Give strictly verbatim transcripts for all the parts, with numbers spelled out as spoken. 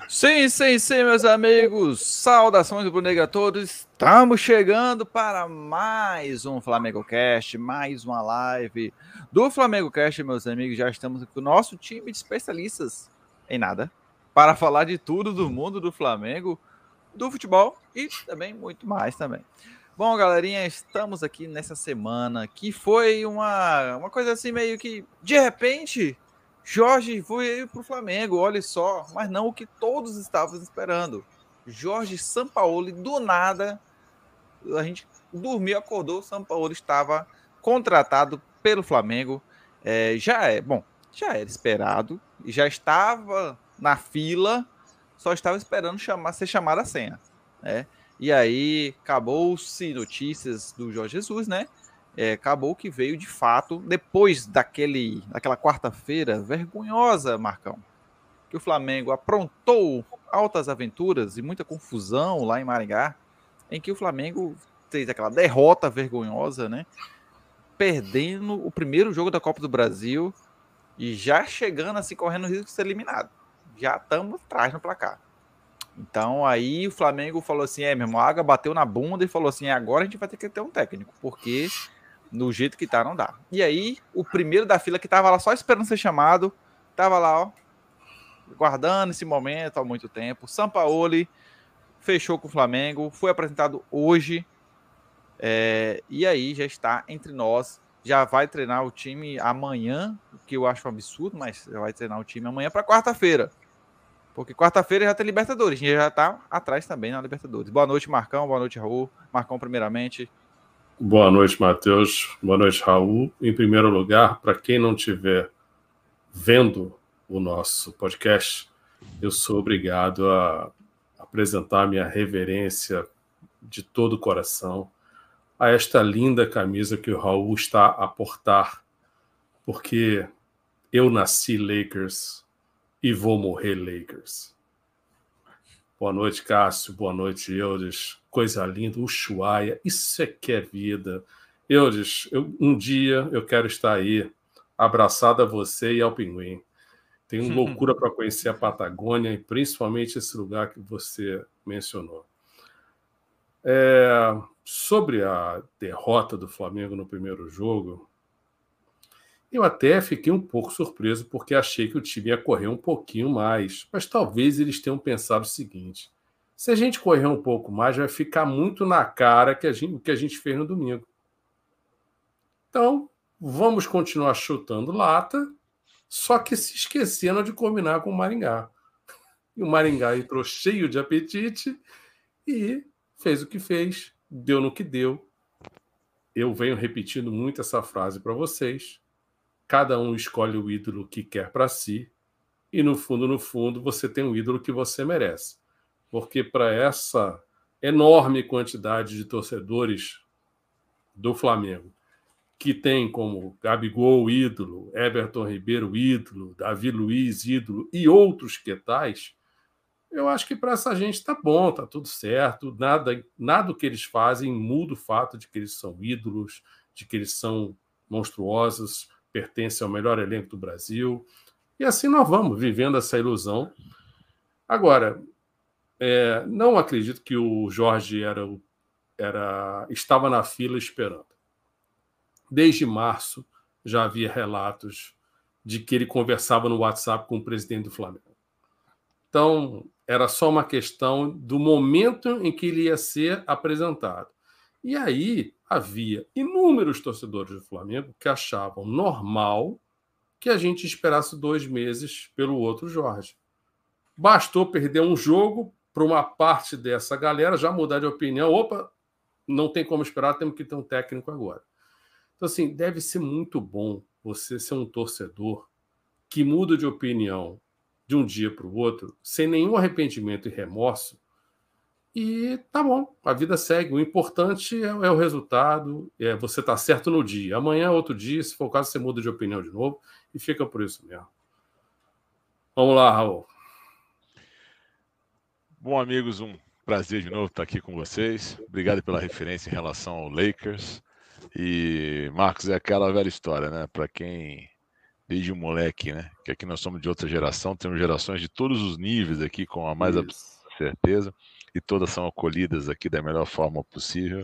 Sim, sim, sim, meus amigos. Saudações do Negra a todos. Estamos chegando para mais um Flamengo Cast, mais uma live do Flamengo Cast, meus amigos. Já estamos com o nosso time de especialistas em nada para falar de tudo do mundo do Flamengo, do futebol e também muito mais também. Bom, galerinha, estamos aqui nessa semana que foi uma, uma coisa assim meio que de repente Jorge foi para o Flamengo, olha só, mas não o que todos estavam esperando. Jorge Sampaoli, do nada, a gente dormiu, acordou, Sampaoli estava contratado pelo Flamengo. É, já é, bom, já era esperado, já estava na fila, só estava esperando chamar, ser chamado a senha, né? E aí acabou-se notícias do Jorge Jesus, né? É, acabou que veio de fato depois daquele, daquela quarta-feira vergonhosa, Marcão, que o Flamengo aprontou altas aventuras e muita confusão lá em Maringá, em que o Flamengo fez aquela derrota vergonhosa, né? Perdendo o primeiro jogo da Copa do Brasil e já chegando assim, correndo o risco de ser eliminado. Já estamos atrás no placar. Então aí o Flamengo falou assim: é, meu irmão, a água bateu na bunda e falou assim: é, agora a gente vai ter que ter um técnico, porque no jeito que tá, não dá. E aí, o primeiro da fila que tava lá só esperando ser chamado, tava lá, ó, guardando esse momento há muito tempo. Sampaoli fechou com o Flamengo, foi apresentado hoje, é, e aí já está entre nós. Já vai treinar o time amanhã, o que eu acho um absurdo, mas já vai treinar o time amanhã para quarta-feira. Porque quarta-feira já tem Libertadores, a gente já está atrás também na Libertadores. Boa noite, Marcão. Boa noite, Raul. Marcão, primeiramente. Boa noite, Matheus. Boa noite, Raul. Em primeiro lugar, para quem não estiver vendo o nosso podcast, eu sou obrigado a apresentar minha reverência de todo o coração a esta linda camisa que o Raul está a portar, porque eu nasci Lakers e vou morrer Lakers. Boa noite, Cássio. Boa noite, Eudes. Coisa linda, Ushuaia. Isso é que é vida. Eudes, eu, um dia eu quero estar aí, abraçado a você e ao Pinguim. Tenho loucura para conhecer a Patagônia e principalmente esse lugar que você mencionou. É, sobre a derrota do Flamengo no primeiro jogo, eu até fiquei um pouco surpreso porque achei que o time ia correr um pouquinho mais, mas talvez eles tenham pensado o seguinte: se a gente correr um pouco mais, vai ficar muito na cara que a gente, o que a gente fez no domingo. Então, vamos continuar chutando lata, só que se esquecendo de combinar com o Maringá. E o Maringá entrou cheio de apetite e fez o que fez, deu no que deu. Eu venho repetindo muito essa frase para vocês. Cada um escolhe o ídolo que quer para si e, no fundo, no fundo, você tem um ídolo que você merece. Porque para essa enorme quantidade de torcedores do Flamengo, que tem como Gabigol ídolo, Everton Ribeiro ídolo, Davi Luiz ídolo e outros que tais, eu acho que para essa gente está bom, está tudo certo. Nada, nada que eles fazem muda o fato de que eles são ídolos, de que eles são monstruosos, pertencem ao melhor elenco do Brasil. E assim nós vamos vivendo essa ilusão. Agora, é, não acredito que o Jorge era, era, estava na fila esperando. Desde março já havia relatos de que ele conversava no WhatsApp com o presidente do Flamengo. Então, era só uma questão do momento em que ele ia ser apresentado. E aí havia inúmeros torcedores do Flamengo que achavam normal que a gente esperasse dois meses pelo outro Jorge. Bastou perder um jogo para uma parte dessa galera já mudar de opinião. Opa, não tem como esperar, temos que ter um técnico agora. Então, assim, deve ser muito bom você ser um torcedor que muda de opinião de um dia para o outro, sem nenhum arrependimento e remorso, e tá bom, a vida segue. O importante é, é o resultado, é você estar tá certo no dia. Amanhã é outro dia, se for o caso, você muda de opinião de novo e fica por isso mesmo. Vamos lá, Raul. Bom, amigos, um prazer de novo estar aqui com vocês. Obrigado pela referência em relação ao Lakers. E, Marcos, é aquela velha história, né? Para quem desde o moleque, né? Que aqui nós somos de outra geração, temos gerações de todos os níveis aqui, com a mais absoluta certeza, e todas são acolhidas aqui da melhor forma possível.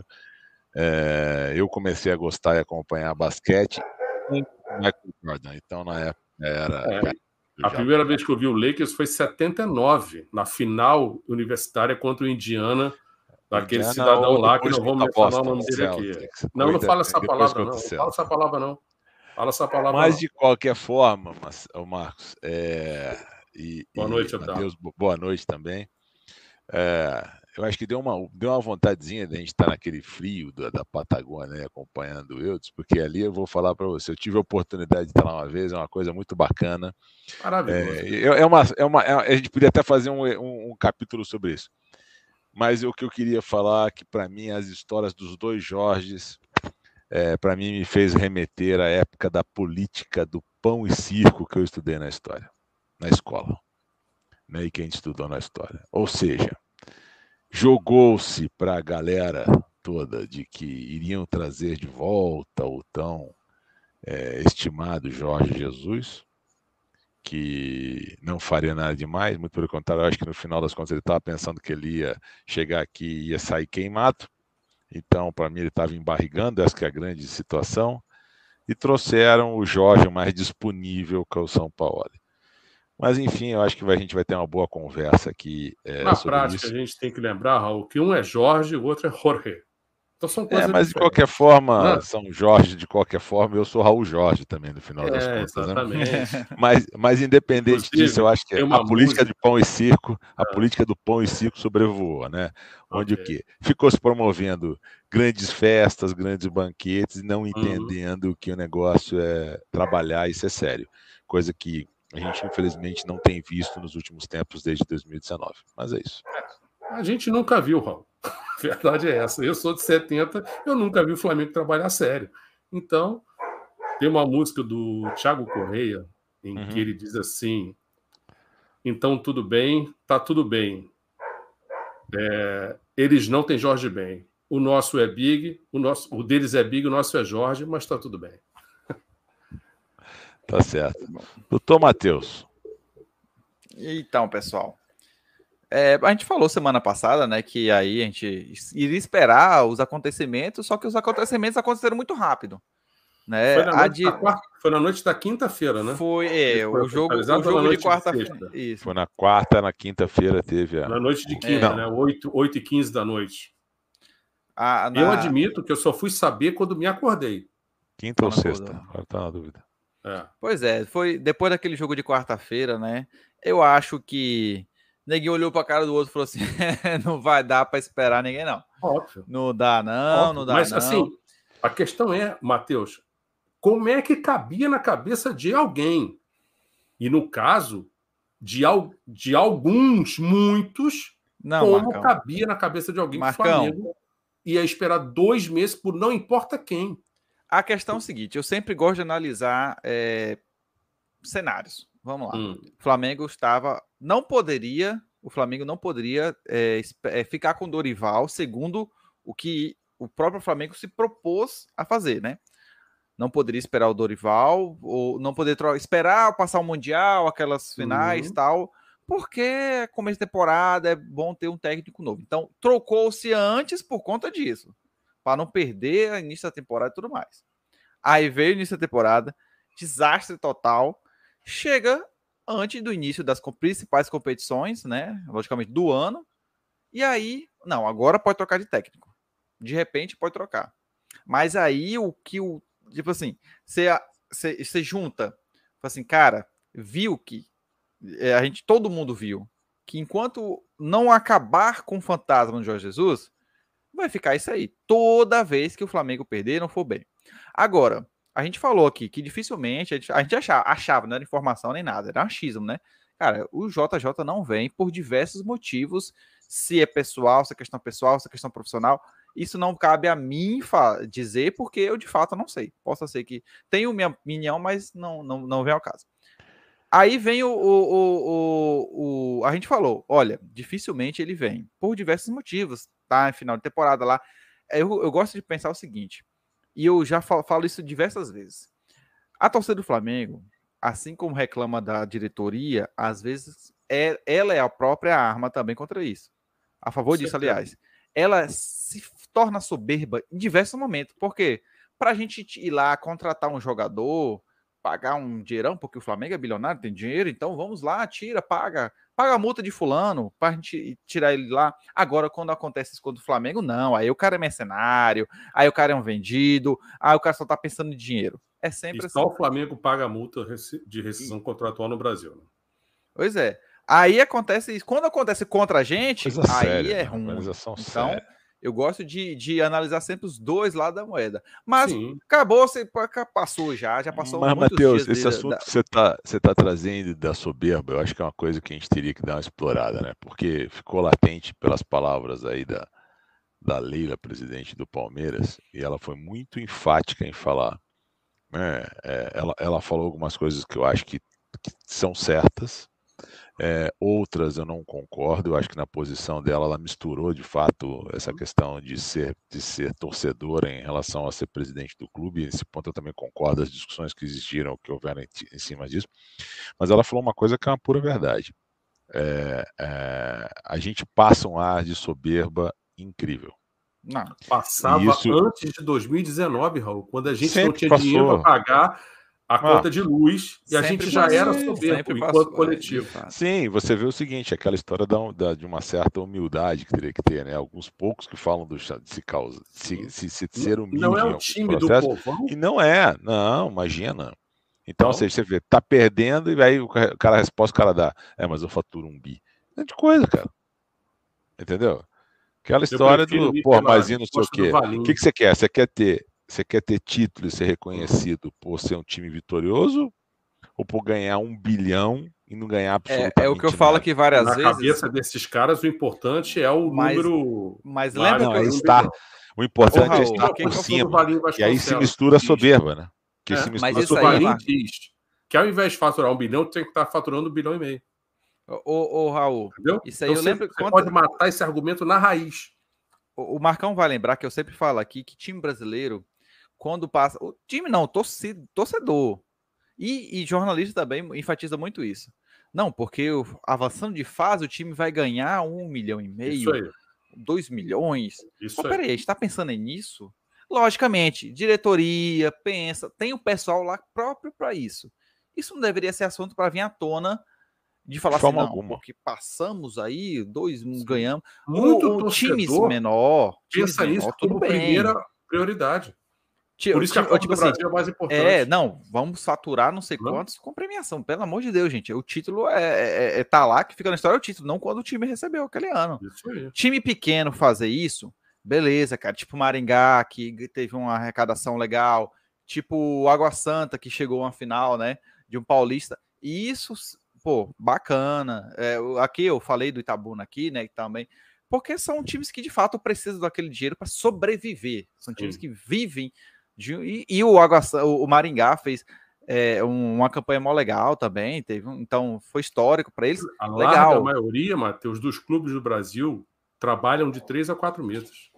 É, eu comecei a gostar e acompanhar basquete com o Michael Jordan, então na época era... É, a primeira vez que eu vi o Lakers foi em setenta e nove, na final universitária contra o Indiana, daquele Indiana, cidadão lá, que não vamos mencionar Boston, o nome dele aqui. Celtics, Não, não fala essa depois palavra, não. contra o Não fala essa palavra, não. Fala essa palavra, Mas, não. de qualquer forma, mas, o Marcos, é, e, boa e, noite, Abdal. Matheus, boa noite também. É, eu acho que deu uma, deu uma vontadezinha de a gente estar naquele frio da, da Patagônia, né, acompanhando o Eudes, porque ali eu vou falar para você, eu tive a oportunidade de estar lá uma vez, é uma coisa muito bacana. Maravilhoso. É, é uma, é uma, é, a gente podia até fazer um, um, um capítulo sobre isso. Mas o que eu queria falar é que, para mim, as histórias dos dois Jorges, é, para mim, me fez remeter à época da política do pão e circo que eu estudei na história, na escola, né, e que a gente estudou na história. Ou seja, jogou-se para a galera toda de que iriam trazer de volta o tão é, estimado Jorge Jesus, que não faria nada demais, muito pelo contrário, eu acho que no final das contas ele estava pensando que ele ia chegar aqui e ia sair queimado. Então, para mim, ele estava embarrigando, essa que é a grande situação, e trouxeram o Jorge mais disponível que é o São Paulo. Mas, enfim, eu acho que a gente vai ter uma boa conversa aqui. É, Na sobre prática, isso. a gente tem que lembrar, Raul, que um é Jorge e o outro é Jorge. Então são coisas É, mas diferentes. de qualquer forma, Não. São Jorge, de qualquer forma, eu sou Raul Jorge também, no final é, das contas. Exatamente. Né? Mas, mas, independente Inclusive, disso, eu acho que a política música... de pão e circo, a ah. política do pão e circo sobrevoou, né? Onde okay. o quê? Ficou se promovendo grandes festas, grandes banquetes, não entendendo uhum. que o negócio é trabalhar e ser sério. Coisa que a gente, infelizmente, não tem visto nos últimos tempos, desde dois mil e dezenove. Mas é isso. A gente nunca viu, Raul. A verdade é essa. Eu sou de setenta, eu nunca vi o Flamengo trabalhar sério. Então, tem uma música do Thiago Correia em uhum. que ele diz assim: então tudo bem, tá tudo bem. É, eles não têm Jorge Ben. O nosso é Big, o, nosso, o deles é Big, o nosso é Jorge, mas tá tudo bem. Tá certo. Doutor Matheus. Então, pessoal. É, a gente falou semana passada, né, que aí a gente iria esperar os acontecimentos, só que os acontecimentos aconteceram muito rápido, né? Foi na noite, de... da, quarta, foi na noite da quinta-feira, né? Foi, é, foi o jogo, o jogo de quarta-feira. Foi na quarta, na quinta-feira teve a... Na noite de quinta, é. né? oito e quinze da noite. Ah, na... Eu admito que eu só fui saber quando me acordei. Quinta ou sexta, agora tá na dúvida. É. Pois é, foi depois daquele jogo de quarta-feira, né? Eu acho que ninguém olhou para a cara do outro e falou assim: não vai dar para esperar ninguém, não. Óbvio. Não dá, não, Óbvio. não dá, Mas, não. assim, a questão é, Matheus, como é que cabia na cabeça de alguém? E, no caso, de, al de alguns, muitos, não, como Marcão. cabia na cabeça de alguém Marcão. que o Flamengo ia esperar dois meses por não importa quem. A questão é o seguinte, eu sempre gosto de analisar é, cenários. Vamos lá. Hum. O Flamengo estava... Não poderia... O Flamengo não poderia é, é, ficar com o Dorival, segundo o que o próprio Flamengo se propôs a fazer, né? Não poderia esperar o Dorival, ou não poderia esperar passar o Mundial, aquelas finais e uhum. tal, porque começo de temporada é bom ter um técnico novo. Então, trocou-se antes por conta disso, para não perder o início da temporada e tudo mais. Aí veio o início da temporada, desastre total, chega antes do início das principais competições, né? Logicamente, do ano. E aí, não, agora pode trocar de técnico. De repente, pode trocar. Mas aí, o que o... Tipo assim, você, você, você junta, assim, cara, viu que... A gente, todo mundo viu que enquanto não acabar com o fantasma do Jorge Jesus, vai ficar isso aí. Toda vez que o Flamengo perder, não for bem. Agora... A gente falou aqui que dificilmente, a gente, a gente achava, achava, não era informação nem nada, era achismo, né? Cara, o J J não vem por diversos motivos, se é pessoal, se é questão pessoal, se é questão profissional, isso não cabe a mim dizer, porque eu de fato não sei. Posso ser que tenho minha opinião, mas não, não, não vem ao caso. Aí vem o, o, o, o... A gente falou, olha, dificilmente ele vem, por diversos motivos, tá? Em final de temporada lá. Eu, eu gosto de pensar o seguinte, e eu já falo, falo isso diversas vezes. A torcida do Flamengo assim como reclama da diretoria, às vezes é, ela é a própria arma também contra isso. A favor disso, aliás. Ela se torna soberba em diversos momentos. Por quê? Para a gente ir lá contratar um jogador, pagar um dinheirão, porque o Flamengo é bilionário, tem dinheiro, então vamos lá, tira, paga, paga a multa de fulano para a gente tirar ele lá. Agora, quando acontece isso contra o Flamengo, não. Aí o cara é mercenário, aí o cara é um vendido, aí o cara só tá pensando em dinheiro. É sempre e assim. Só o Flamengo paga a multa de rescisão e... contratual no Brasil. Né? Pois é. Aí acontece isso. Quando acontece contra a gente, Coisa aí séria, é né? ruim. Organização Então, séria. eu gosto de, de analisar sempre os dois lados da moeda. Mas Sim. acabou, você passou já, já passou Mas, muitos Matheus, dias. esse de, assunto da... que você está você tá trazendo da soberba, eu acho que é uma coisa que a gente teria que dar uma explorada, né? Porque ficou latente pelas palavras aí da, da Leila, presidente do Palmeiras, e ela foi muito enfática em falar. Né? É, ela, ela falou algumas coisas que eu acho que, que são certas, é, outras eu não concordo. Eu acho que na posição dela ela misturou de fato essa questão de ser, de ser torcedora em relação a ser presidente do clube. Nesse ponto eu também concordo, as discussões que existiram, que houveram em, em cima disso, mas ela falou uma coisa que é uma pura verdade. É, é, a gente passa um ar de soberba incrível. Não. Passava isso... antes de dois mil e dezenove, Raul, quando a gente Sempre não tinha passou. dinheiro para pagar a ah, conta de luz e a gente já passou, era soberbo enquanto coletivo. É, Sim, você vê o seguinte, aquela história da, da, de uma certa humildade que teria que ter, né? Alguns poucos que falam do, de se, causa, se, se, se ser humilde. Não é o time do povão? E não é, não, imagina. Então, não. Ou seja, você vê, tá perdendo e aí o cara, a resposta o cara dá, é, mas eu faturo um bi. É de coisa, cara. Entendeu? Aquela história do, pô, mas e não sei o quê. O que, que você quer? Você quer ter Você quer ter título e ser reconhecido por ser um time vitorioso ou por ganhar um bilhão e não ganhar absolutamente nada? É, é o que eu nada? falo aqui várias Na vezes. Na cabeça desses caras, o importante é o mas, número... Mas lembra não, que eu... aí está. O importante Ô, Raul, é estar por cima. E aí se mistura a soberba, né? Que é, se mistura mas isso aí diz que ao invés de faturar um bilhão, tem que estar faturando um bilhão e meio. Ô, ô Raul, entendeu? Isso aí então eu você, lembro... Você quando... pode matar esse argumento na raiz. O, o Marcão vai lembrar que eu sempre falo aqui que time brasileiro, quando passa... O time não, torcedor, torcedor e, e jornalista também enfatiza muito isso. Não, porque o, avançando de fase, o time vai ganhar um milhão e meio, dois milhões. Isso Mas peraí, a gente está pensando nisso? Logicamente, diretoria, pensa, tem o pessoal lá próprio para isso. Isso não deveria ser assunto para vir à tona de falar de assim, não, alguma. Porque passamos aí, dois Sim. ganhamos. Muito o, o times menor, pensa times isso menor, como bem. primeira prioridade. Por isso que a Copa tipo do Brasil assim, é mais importante. É, não, vamos faturar não sei não. quantos com premiação. Pelo amor de Deus, gente. O título é, é, é tá lá, que fica na história, é o título, não quando o time recebeu aquele ano. Isso aí. Time pequeno fazer isso, beleza, cara. Tipo Maringá, que teve uma arrecadação legal. Tipo o Água Santa, que chegou a uma final, né? De um paulista. E isso, pô, bacana. É, aqui eu falei do Itabuna aqui, né? Também. Porque são times que, de fato, precisam daquele dinheiro para sobreviver. São times Sim. que vivem... De, e, e o, Água, o Maringá fez é, um, uma campanha mó legal também, teve um, então foi histórico para eles. A legal. larga maioria, Matheus, dos clubes do Brasil trabalham de três a quatro meses.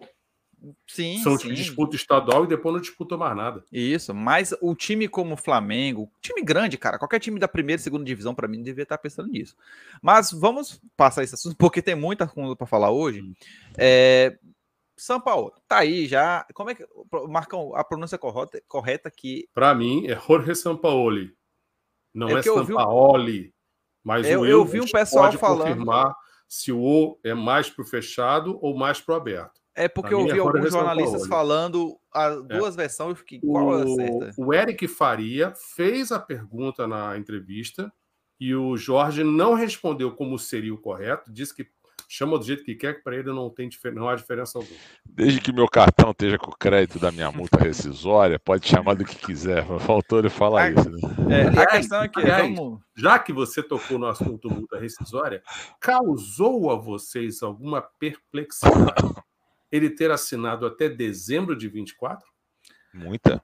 Sim, São sim. disputa estadual e depois não disputam mais nada. Isso, mas o time como o Flamengo, time grande, cara, qualquer time da primeira e segunda divisão, para mim, devia estar pensando nisso. Mas vamos passar esse assunto, porque tem muita coisa para falar hoje. Hum. É... São Paulo, tá aí já. Como é que. Marcão, a pronúncia correta, correta que. Para mim, é Jorge Sampaoli. Não é, é Sampaoli. Vi... Mas eu, o eu vi um pessoal pode falando. confirmar se o O é mais pro fechado ou mais pro aberto. É porque pra eu vi é alguns jornalistas Sampaoli. falando as duas é. versões. Eu fiquei. Qual o... é a certa? O Eric Faria fez a pergunta na entrevista e o Jorge não respondeu como seria o correto. Disse que. Chama do jeito que quer, que para ele não, tem, não há diferença alguma. Desde que meu cartão esteja com o crédito da minha multa rescisória, pode chamar do que quiser. Faltou ele falar a, isso. Né? É, aliás, a questão é que, aliás, vamos... já que você tocou no assunto multa rescisória, causou a vocês alguma perplexidade ele ter assinado até dezembro de vinte e quatro? Muita.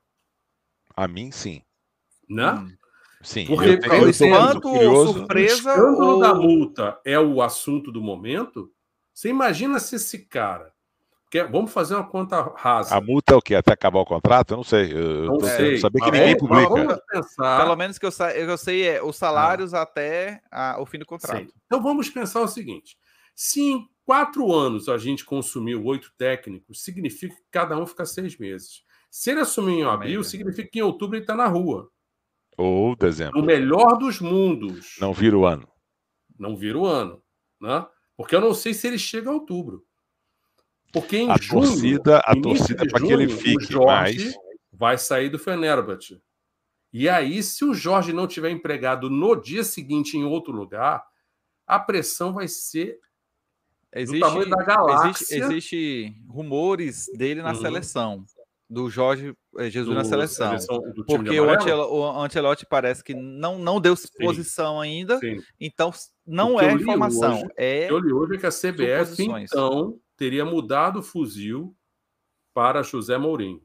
A mim, sim. Não? Hum. Sim, porque eu enquanto curioso, surpresa, o escândalo ou... da multa é o assunto do momento. Você imagina se esse cara, quer, vamos fazer uma conta rasa. A multa é o quê? Até acabar o contrato? Eu não sei. Eu Não tô sei. saber que Mas ninguém vamos- publica. Vamos pensar. Pelo menos que eu, sa eu sei é os salários até a, o fim do contrato. Sim. Então vamos pensar o seguinte: se em quatro anos a gente consumiu oito técnicos, significa que cada um fica seis meses. Se ele assumir em abril, Média. significa que em outubro ele está na rua. Ou dezembro. No melhor dos mundos. Não vira o ano. Não vira o ano. Né? Porque eu não sei se ele chega a outubro. Porque em A junho, torcida, a início torcida de para que ele junho, o fique Jorge mais. vai sair do Fenerbahçe. E aí, se o Jorge não tiver empregado no dia seguinte em outro lugar, a pressão vai ser Existe, do tamanho da galáxia. existe, existe rumores dele na Uhum. seleção, do Jorge eh, Jesus do na seleção. seleção- do time de Porque o amarelo. Ancel- o Ancelotti parece que não, não deu posição ainda, Sim. então não O que é eu li informação, hoje- é O que eu li hoje é que a C B F, suposições. então, teria mudado o fuzil para José Mourinho.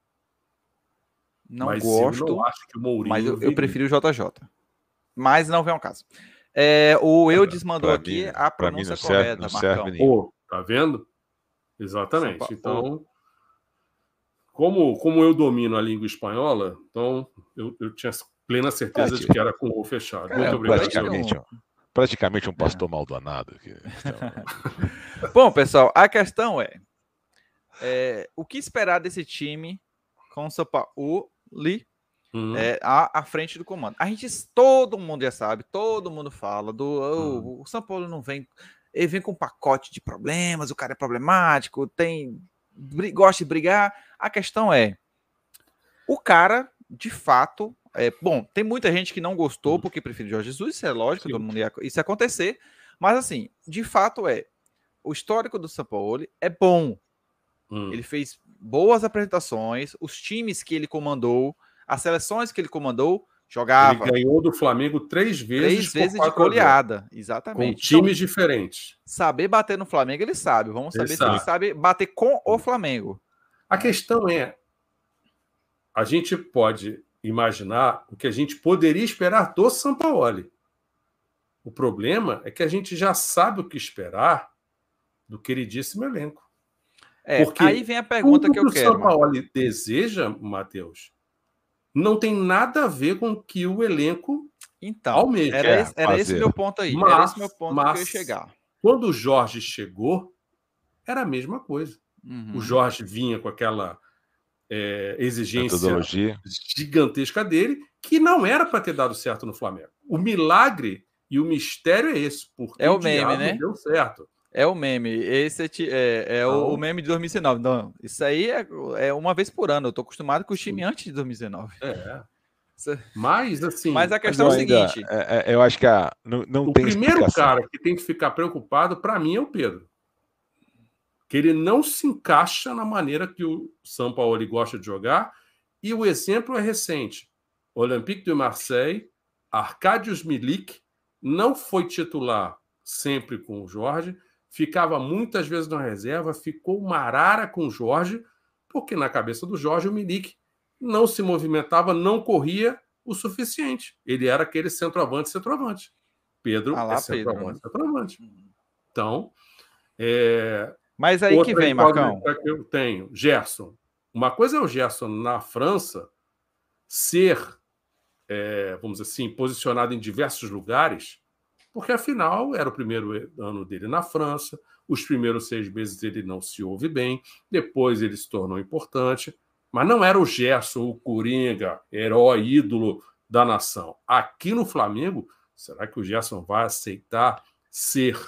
não mas gosto, eu não acho que o Mourinho mas eu, eu viria. prefiro o J J. Mas não vem ao caso. É, o Eudes mandou Pra aqui mim- a pra mim pronúncia não serve- correta, não serve Marcão. nem- Pô, tá vendo? Exatamente. São Pa- Então, como, como eu domino a língua espanhola, então eu, eu tinha plena certeza É, de tipo, que era com o fechado. é, Muito eu obrigado. praticamente, um- um, praticamente um pastor Maldonado. aqui. Então, Bom, pessoal, a questão é, é, o que esperar desse time com o São Paulo Hum, é, à, à frente do comando? A gente, todo mundo já sabe, todo mundo fala do oh, Hum. o São Paulo não vem, ele vem com um pacote de problemas, o cara é problemático, tem bri- gosta de brigar. A questão é, o cara, de fato, é, bom, tem muita gente que não gostou porque prefere Jorge Jesus, isso é lógico, Sim. todo mundo ia, isso ia acontecer, mas assim, de fato é, o histórico do Sampaoli é bom. hum. Ele fez boas apresentações, os times que ele comandou, as seleções que ele comandou, jogava Ele ganhou do Flamengo três vezes, três por vezes de quatro a zero, goleada. com Exatamente. times Então, diferentes. saber bater no Flamengo, ele sabe. Vamos Ele saber se ele sabe. sabe bater com o Flamengo. A questão é, a gente pode imaginar o que a gente poderia esperar do Sampaoli. O problema é que a gente já sabe o que esperar do queridíssimo elenco. É, Porque aí vem a pergunta Tudo que eu o quero. Marcos. Sampaoli deseja, Matheus, não tem nada a ver com o que o elenco Então, almeja. era, quer esse, era esse fazer. meu ponto aí. era Mas- esse meu ponto mas- que eu ia chegar. Quando o Jorge chegou, era a mesma coisa. Uhum. O Jorge vinha com aquela é, exigência Metodologia. gigantesca dele, que não era para ter dado certo no Flamengo. O milagre e o mistério é esse. Porque É o meme, diabo né? deu certo. É o meme. Esse é, ti- é, é o, Então- o meme de dois mil e dezenove. Não, isso aí é, é uma vez por ano. Eu tô acostumado com o time antes de dois mil e dezenove. É. Isso- Mas, assim, Mas a questão é o eu ainda- seguinte. é- é- eu acho que a, não, não o tem primeiro explicação. cara que tem que ficar preocupado, para mim, é o Pedro. Que ele não se encaixa na maneira que o Sampaoli gosta de jogar. E o exemplo é recente. Olympique de Marseille, Arkadiusz Milik, não foi titular sempre com o Jorge, ficava muitas vezes na reserva, ficou uma arara com o Jorge, porque na cabeça do Jorge o Milik não se movimentava, não corria o suficiente. Ele era aquele centroavante, centroavante. Pedro Ah lá, é centroavante, Pedro, né? centroavante. Então, é, Mas aí outra que vem, Marcão. incógnita que eu tenho, Gerson. Uma coisa é o Gerson na França ser, é, vamos dizer assim, posicionado em diversos lugares, porque afinal era o primeiro ano dele na França, os primeiros seis meses ele não se ouve bem, depois ele se tornou importante, mas não era o Gerson, o Coringa, herói, ídolo da nação. Aqui no Flamengo, será que o Gerson vai aceitar ser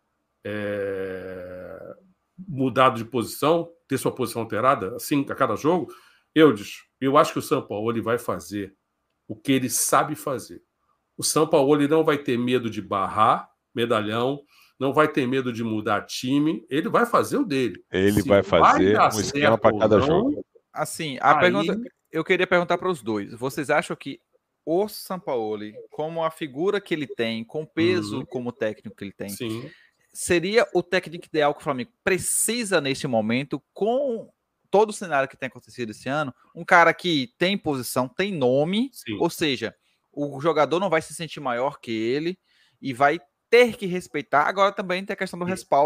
é, mudado de posição, ter sua posição alterada, assim, a cada jogo? Eu, eu acho que o Sampaoli vai fazer o que ele sabe fazer. O Sampaoli não vai ter medo de barrar medalhão, não vai ter medo de mudar time, ele vai fazer o dele. Ele Se vai fazer dar um esquema certo para ou cada não, jogo. Assim, a Aí- pergunta eu queria perguntar para os dois. Vocês acham que o Sampaoli, como a figura que ele tem, com o peso Uhum. como técnico que ele tem, Sim. seria o técnico ideal que o Flamengo precisa neste momento, com todo o cenário que tem acontecido esse ano? Um cara que tem posição, tem nome, Sim. ou seja, o jogador não vai se sentir maior que ele e vai ter que respeitar. Agora também tem a questão do Sim. respaldo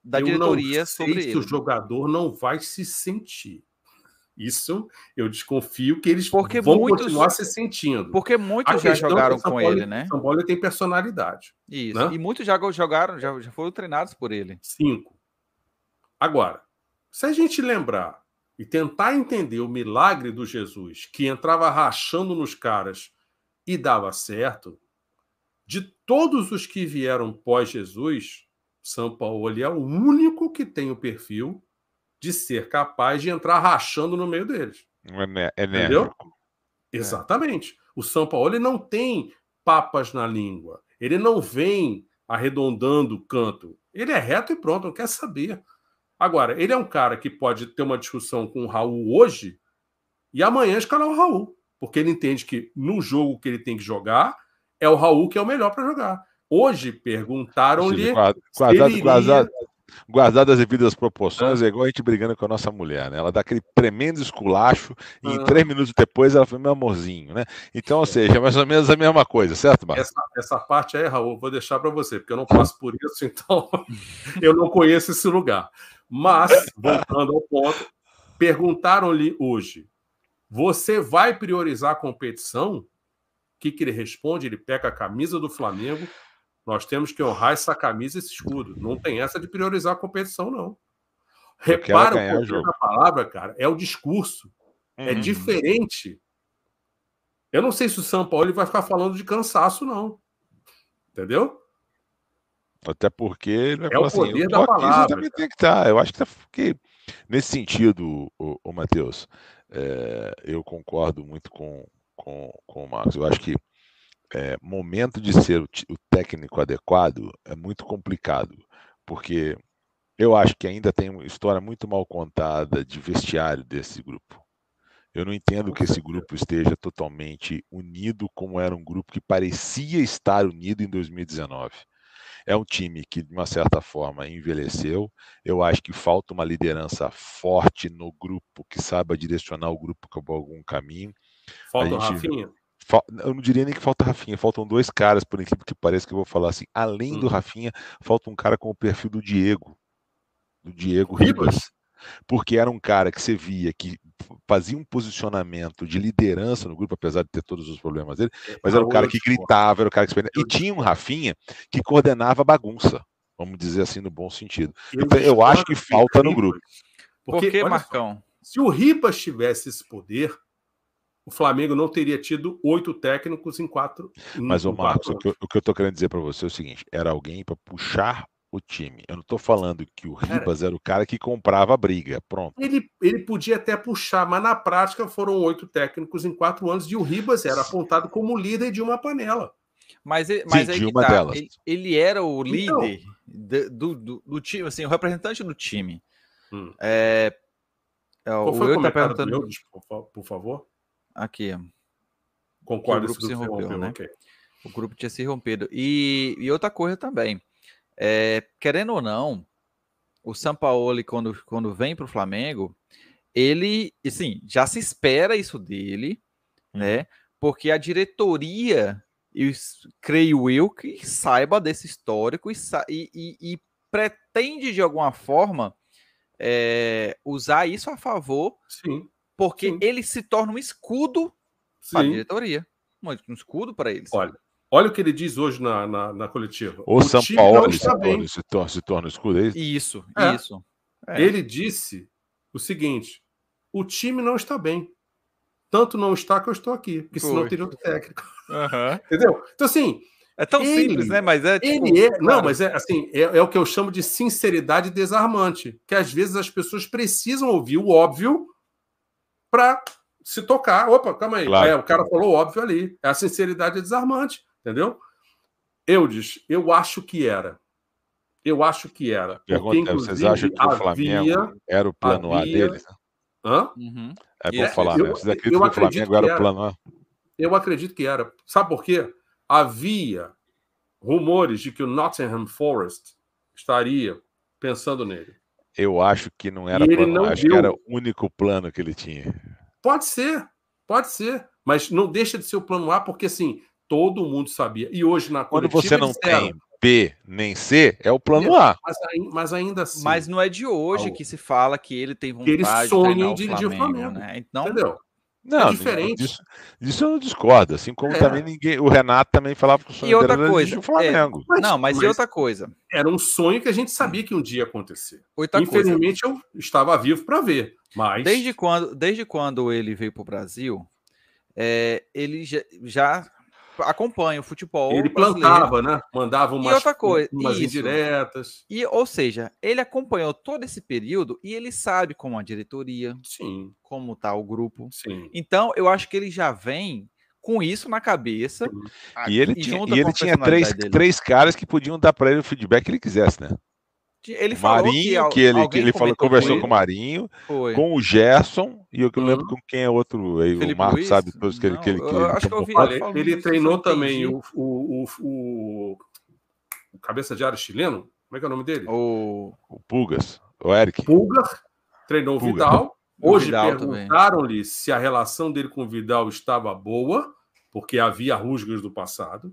da diretoria eu não sei sobre se ele. o jogador não vai se sentir. Isso eu desconfio que eles porque vão muitos, continuar se sentindo. Porque muitos já jogaram com Paulo, ele, né? São Paulo tem personalidade. Isso. Né? E muitos já jogaram, já, já foram treinados por ele. Cinco. Agora, se a gente lembrar e tentar entender o milagre do Jesus, que entrava rachando nos caras e dava certo, de todos os que vieram pós-Jesus, São Paulo é o único que tem o perfil de ser capaz de entrar rachando no meio deles. É Entendeu? É. Exatamente. O São Paulo ele não tem papas na língua. Ele não vem arredondando o canto. Ele é reto e pronto, não quer saber. Agora, ele é um cara que pode ter uma discussão com o Raul hoje e amanhã escalar o Raul. Porque ele entende que no jogo que ele tem que jogar, é o Raul que é o melhor para jogar. Hoje perguntaram-lhe guardado, iria... guardado, guardado as devidas proporções, é. é igual a gente brigando com a nossa mulher, né? Ela dá aquele tremendo esculacho e em ah. três minutos depois ela foi meu amorzinho, né? Então, ou seja, é mais ou menos a mesma coisa, certo, Marcos? Essa, essa parte aí, Raul, vou deixar para você, porque eu não passo por isso, então eu não conheço esse lugar. Mas, voltando ao ponto, perguntaram-lhe hoje, você vai priorizar a competição? O que, que ele responde? Ele pega a camisa do Flamengo. Nós temos que honrar essa camisa e esse escudo. Não tem essa de priorizar a competição, não. Repara o poder jogo. da palavra, cara. É o discurso. Uhum. É diferente. Eu não sei se o São Paulo vai ficar falando de cansaço, não. Entendeu? Até porque ele vai é falar o poder assim, da palavra. Também tem que estar. Eu acho que, tá, que nesse sentido, o, o Matheus, é, eu concordo muito com, com, com o Marcos. Eu acho que É, momento de ser o, o técnico adequado é muito complicado, porque eu acho que ainda tem uma história muito mal contada de vestiário desse grupo. Eu não entendo que esse grupo esteja totalmente unido como era um grupo que parecia estar unido em dois mil e dezenove. É um time que, de uma certa forma, envelheceu. Eu acho que falta uma liderança forte no grupo, que saiba direcionar o grupo por algum caminho. Falta o Rafinha? Eu não diria nem que falta Rafinha, faltam dois caras, por incrível que pareça, que eu vou falar assim. Além hum. do Rafinha, falta um cara com o perfil do Diego, do Diego Ribas. Ribas, porque era um cara que você via que fazia um posicionamento de liderança no grupo, apesar de ter todos os problemas dele, mas era um cara que gritava, era um cara que e tinha um Rafinha que coordenava a bagunça, vamos dizer assim, no bom sentido. Eu, então, eu acho que falta no grupo. Porque, Por que, Marcão? Só, se o Ribas tivesse esse poder, o Flamengo não teria tido oito técnicos em quatro. Em, Mas, ô em Marcos, quatro o que, eu, o que eu tô querendo dizer para você é o seguinte: era alguém para puxar o time. Eu não tô falando que o Ribas era, era o cara que comprava a briga. Pronto. Ele, ele podia até puxar, mas na prática foram oito técnicos em quatro anos e o Ribas era apontado como líder de uma panela. Mas, mas Sim, aí de que uma tá. delas. Ele, ele era o líder então, do, do, do time, assim, o representante do time. Hum. É, é, Qual foi o, o comentário tá perguntando... do meu, por favor? Aqui. Concordo, o grupo se rompeu, rompeu né? Okay. O grupo tinha se rompido. E, e outra coisa também, é, querendo ou não, o Sampaoli, quando, quando vem para o Flamengo, ele, assim, já se espera isso dele, hum. né? Porque a diretoria, eu, creio eu, que saiba desse histórico e, e, e pretende, de alguma forma, é, usar isso a favor, Sim. porque Sim. ele se torna um escudo para a diretoria. Um escudo para eles. Olha, olha o que ele diz hoje na, na, na coletiva. O, o São Paulo se torna, se, torna, se torna escudo, é isso? Isso, é. isso. É. Ele disse o seguinte: o time não está bem. Tanto não está que eu estou aqui, porque Foi. senão teria outro técnico. Uhum. Entendeu? Então, assim. É tão ele, simples, né? Mas é tipo. Ele é, claro. Não, mas é assim, é, é o que eu chamo de sinceridade desarmante. Que às vezes as pessoas precisam ouvir o óbvio para se tocar. Opa, calma aí. Claro. É, o cara falou óbvio ali. A sinceridade é desarmante, entendeu? Eudes, eu acho que era. Eu acho que era. Porque, Pergunta, vocês acham que o Flamengo havia, era o plano havia... A deles? Hã? Uhum. É bom falar, eu, né? Vocês acreditam que o Flamengo era, era o plano A? Eu acredito que era. Sabe por quê? Havia rumores de que o Nottingham Forest estaria pensando nele. Eu acho que não era plano não A, acho deu. que era o único plano que ele tinha. Pode ser, pode ser. Mas não deixa de ser o plano A, porque assim, todo mundo sabia. E hoje, na Quando você não disseram, tem B nem C, é o plano A. Mas, mas ainda assim. Mas não é de hoje que se fala que ele tem vontade ele sonha de treinar em o dirigir o Flamengo, Flamengo, né? Então, entendeu? Não, é diferente. Disso, disso eu não discordo. Assim como É. também ninguém. O Renato também falava que o sonho e outra dele era coisa, dirigir o Flamengo. é, mas, não, mas, mas e outra coisa? Era um sonho que a gente sabia que um dia ia acontecer. Outra Infelizmente coisa. eu estava vivo para ver. Mas desde quando, desde quando ele veio para o Brasil, é, ele já, já acompanha o futebol. Ele brasileiro. plantava, né? Mandava umas, e outra coisa, umas indiretas. E, ou seja, ele acompanhou todo esse período e ele sabe como a diretoria, Sim. como está o grupo. Sim. Então, eu acho que ele já vem com isso na cabeça. A, e ele e tinha, e ele tinha três, três caras que podiam dar para ele o feedback que ele quisesse, né? Ele o falou Marinho, que, que ele, que ele falou, conversou com, com o Marinho, Foi. com o Gerson, e eu que não lembro com quem é outro aí, Felipe o Marcos Luiz? sabe todos que ele que ele, que eu ele acho que eu vi, Olha, ele, ele treinou também o, o, o, o cabeça de área chileno, como é que é o nome dele? O, o Pulgas, o Eric. Pulgar, treinou o Vidal. Hoje Vidal perguntaram-lhe se a relação dele com o Vidal estava boa, porque havia rusgas do passado.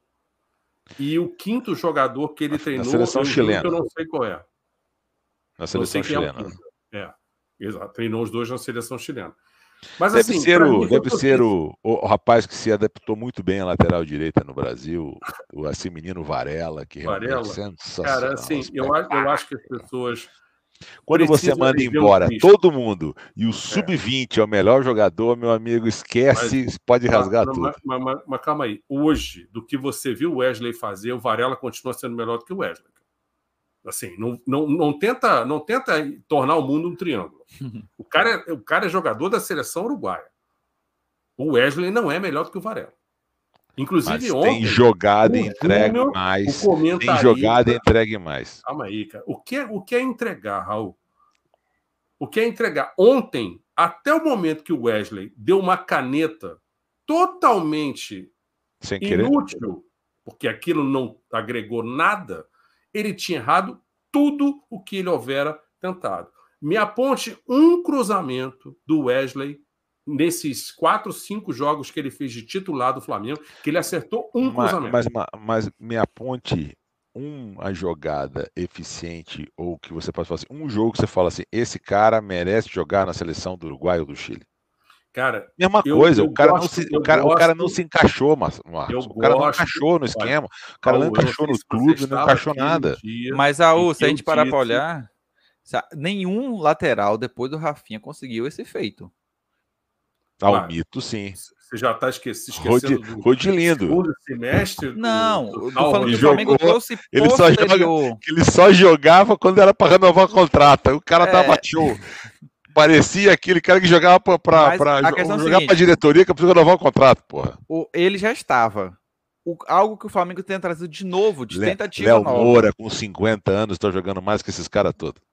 E o quinto jogador que ele na, treinou, na seleção eu, chilena. eu não sei qual é. Na seleção chilena. É, é, exato. Treinou os dois na seleção chilena. Mas, deve assim, ser, o, mim, deve ser o, o rapaz que se adaptou muito bem à lateral direita no Brasil, o assim, menino Varela, que Varela. realmente é sensacional. Cara, assim, eu, eu acho que as pessoas... Quando você manda embora todo mundo e o sub vinte é. é o melhor jogador, meu amigo, esquece, mas, pode rasgar mas, tudo. Mas, mas, mas calma aí, hoje, do que você viu o Wesley fazer, o Varela continua sendo melhor do que o Wesley. Assim, não, não, não, tenta, não tenta tornar o mundo um triângulo. O cara, é, o cara é jogador da seleção uruguaia. O Wesley não é melhor do que o Varela. Inclusive, mas ontem. Tem jogada e entregue Júnior, mais. Tem jogada e entregue mais. Calma aí, cara. O que, é, o que é entregar, Raul? O que é entregar? Ontem, até o momento que o Wesley deu uma caneta totalmente Sem inútil, querer. porque aquilo não agregou nada, ele tinha errado tudo o que ele houvera tentado. Me aponte um cruzamento do Wesley nesses quatro, cinco jogos que ele fez de titular do Flamengo, que ele acertou um mas, cruzamento. Mas, mas, mas me aponte uma jogada eficiente, ou que você pode falar assim, um jogo que você fala assim, esse cara merece jogar na seleção do Uruguai ou do Chile. Cara, mesma eu, coisa, eu o, cara gosto, não se, o, cara, gosto, o cara não se encaixou, Marcos. O cara não encaixou no esquema, o cara não encaixou no clube, não encaixou nada. Dia, mas, Raul, se a gente parar para olhar, nenhum lateral depois do Rafinha conseguiu esse feito. Ao mito, sim. Você já está esquecendo Rodi, do Rodilindo. segundo semestre? Do, não, do, eu tô falando que o jogou, Flamengo trouxe ele só, joga, ele só jogava quando era para renovar o contrato. Aí o cara é. dava show. Parecia aquele cara que jogava para jogar para a diretoria que precisa renovar o contrato, porra. O, ele já estava. O, algo que o Flamengo tem trazido de novo, de Le, tentativa Léo nova. Moura, com cinquenta anos, está jogando mais que esses caras todos.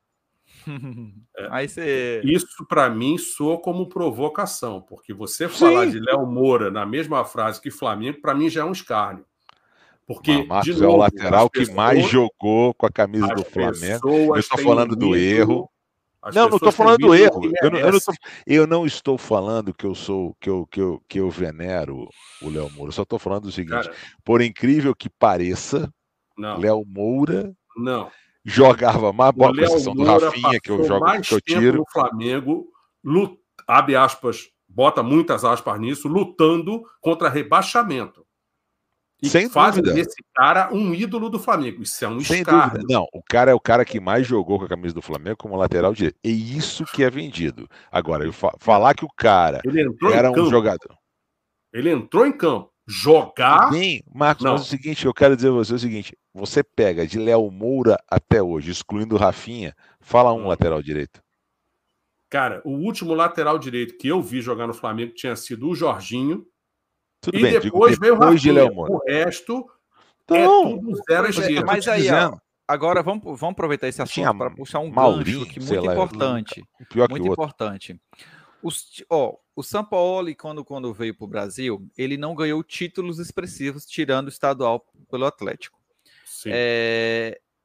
É, Aí você... Isso, para mim, soa como provocação, porque você Sim. falar de Léo Moura na mesma frase que Flamengo, para mim já é um escárnio. Porque, Marcos de novo, é o lateral pessoas, que mais jogou com a camisa do Flamengo. Eu estou falando do erro. As não, não estou falando do erro. Eu não, eu, não tô, eu não estou falando que eu sou que eu, que eu, que eu venero o Léo Moura. Eu só estou falando do seguinte: Cara, por incrível que pareça, Léo Moura não. jogava mais bola com exceção do Rafinha, que eu jogo mais que eu tiro. No Flamengo, lut, abre aspas, bota muitas aspas nisso, lutando contra rebaixamento. E Sem fazem dúvida. desse cara um ídolo do Flamengo. Isso é um Sem escárnio. dúvida. Não, o cara é o cara que mais jogou com a camisa do Flamengo como lateral direito. É isso que é vendido. Agora, eu fa falar que o cara era um jogador. Ele entrou em campo. Jogar. Bem, Marcos, não. Mas é o seguinte, eu quero dizer a você o seguinte: você pega de Léo Moura até hoje, excluindo o Rafinha, fala um hum. lateral direito. Cara, o último lateral direito que eu vi jogar no Flamengo tinha sido o Jorginho. Tudo e bem, depois digo, veio o depois Rafinha. de Léo Moura. O resto então, é tudo zero à esquerda. Mas aí, ó, agora vamos, vamos aproveitar esse assunto para puxar um Maurinho, gancho aqui muito lá, importante. Pior muito que importante. Os, ó, o Sampaoli, quando, quando veio para o Brasil, ele não ganhou títulos expressivos, tirando o estadual pelo Atlético. Sim. É,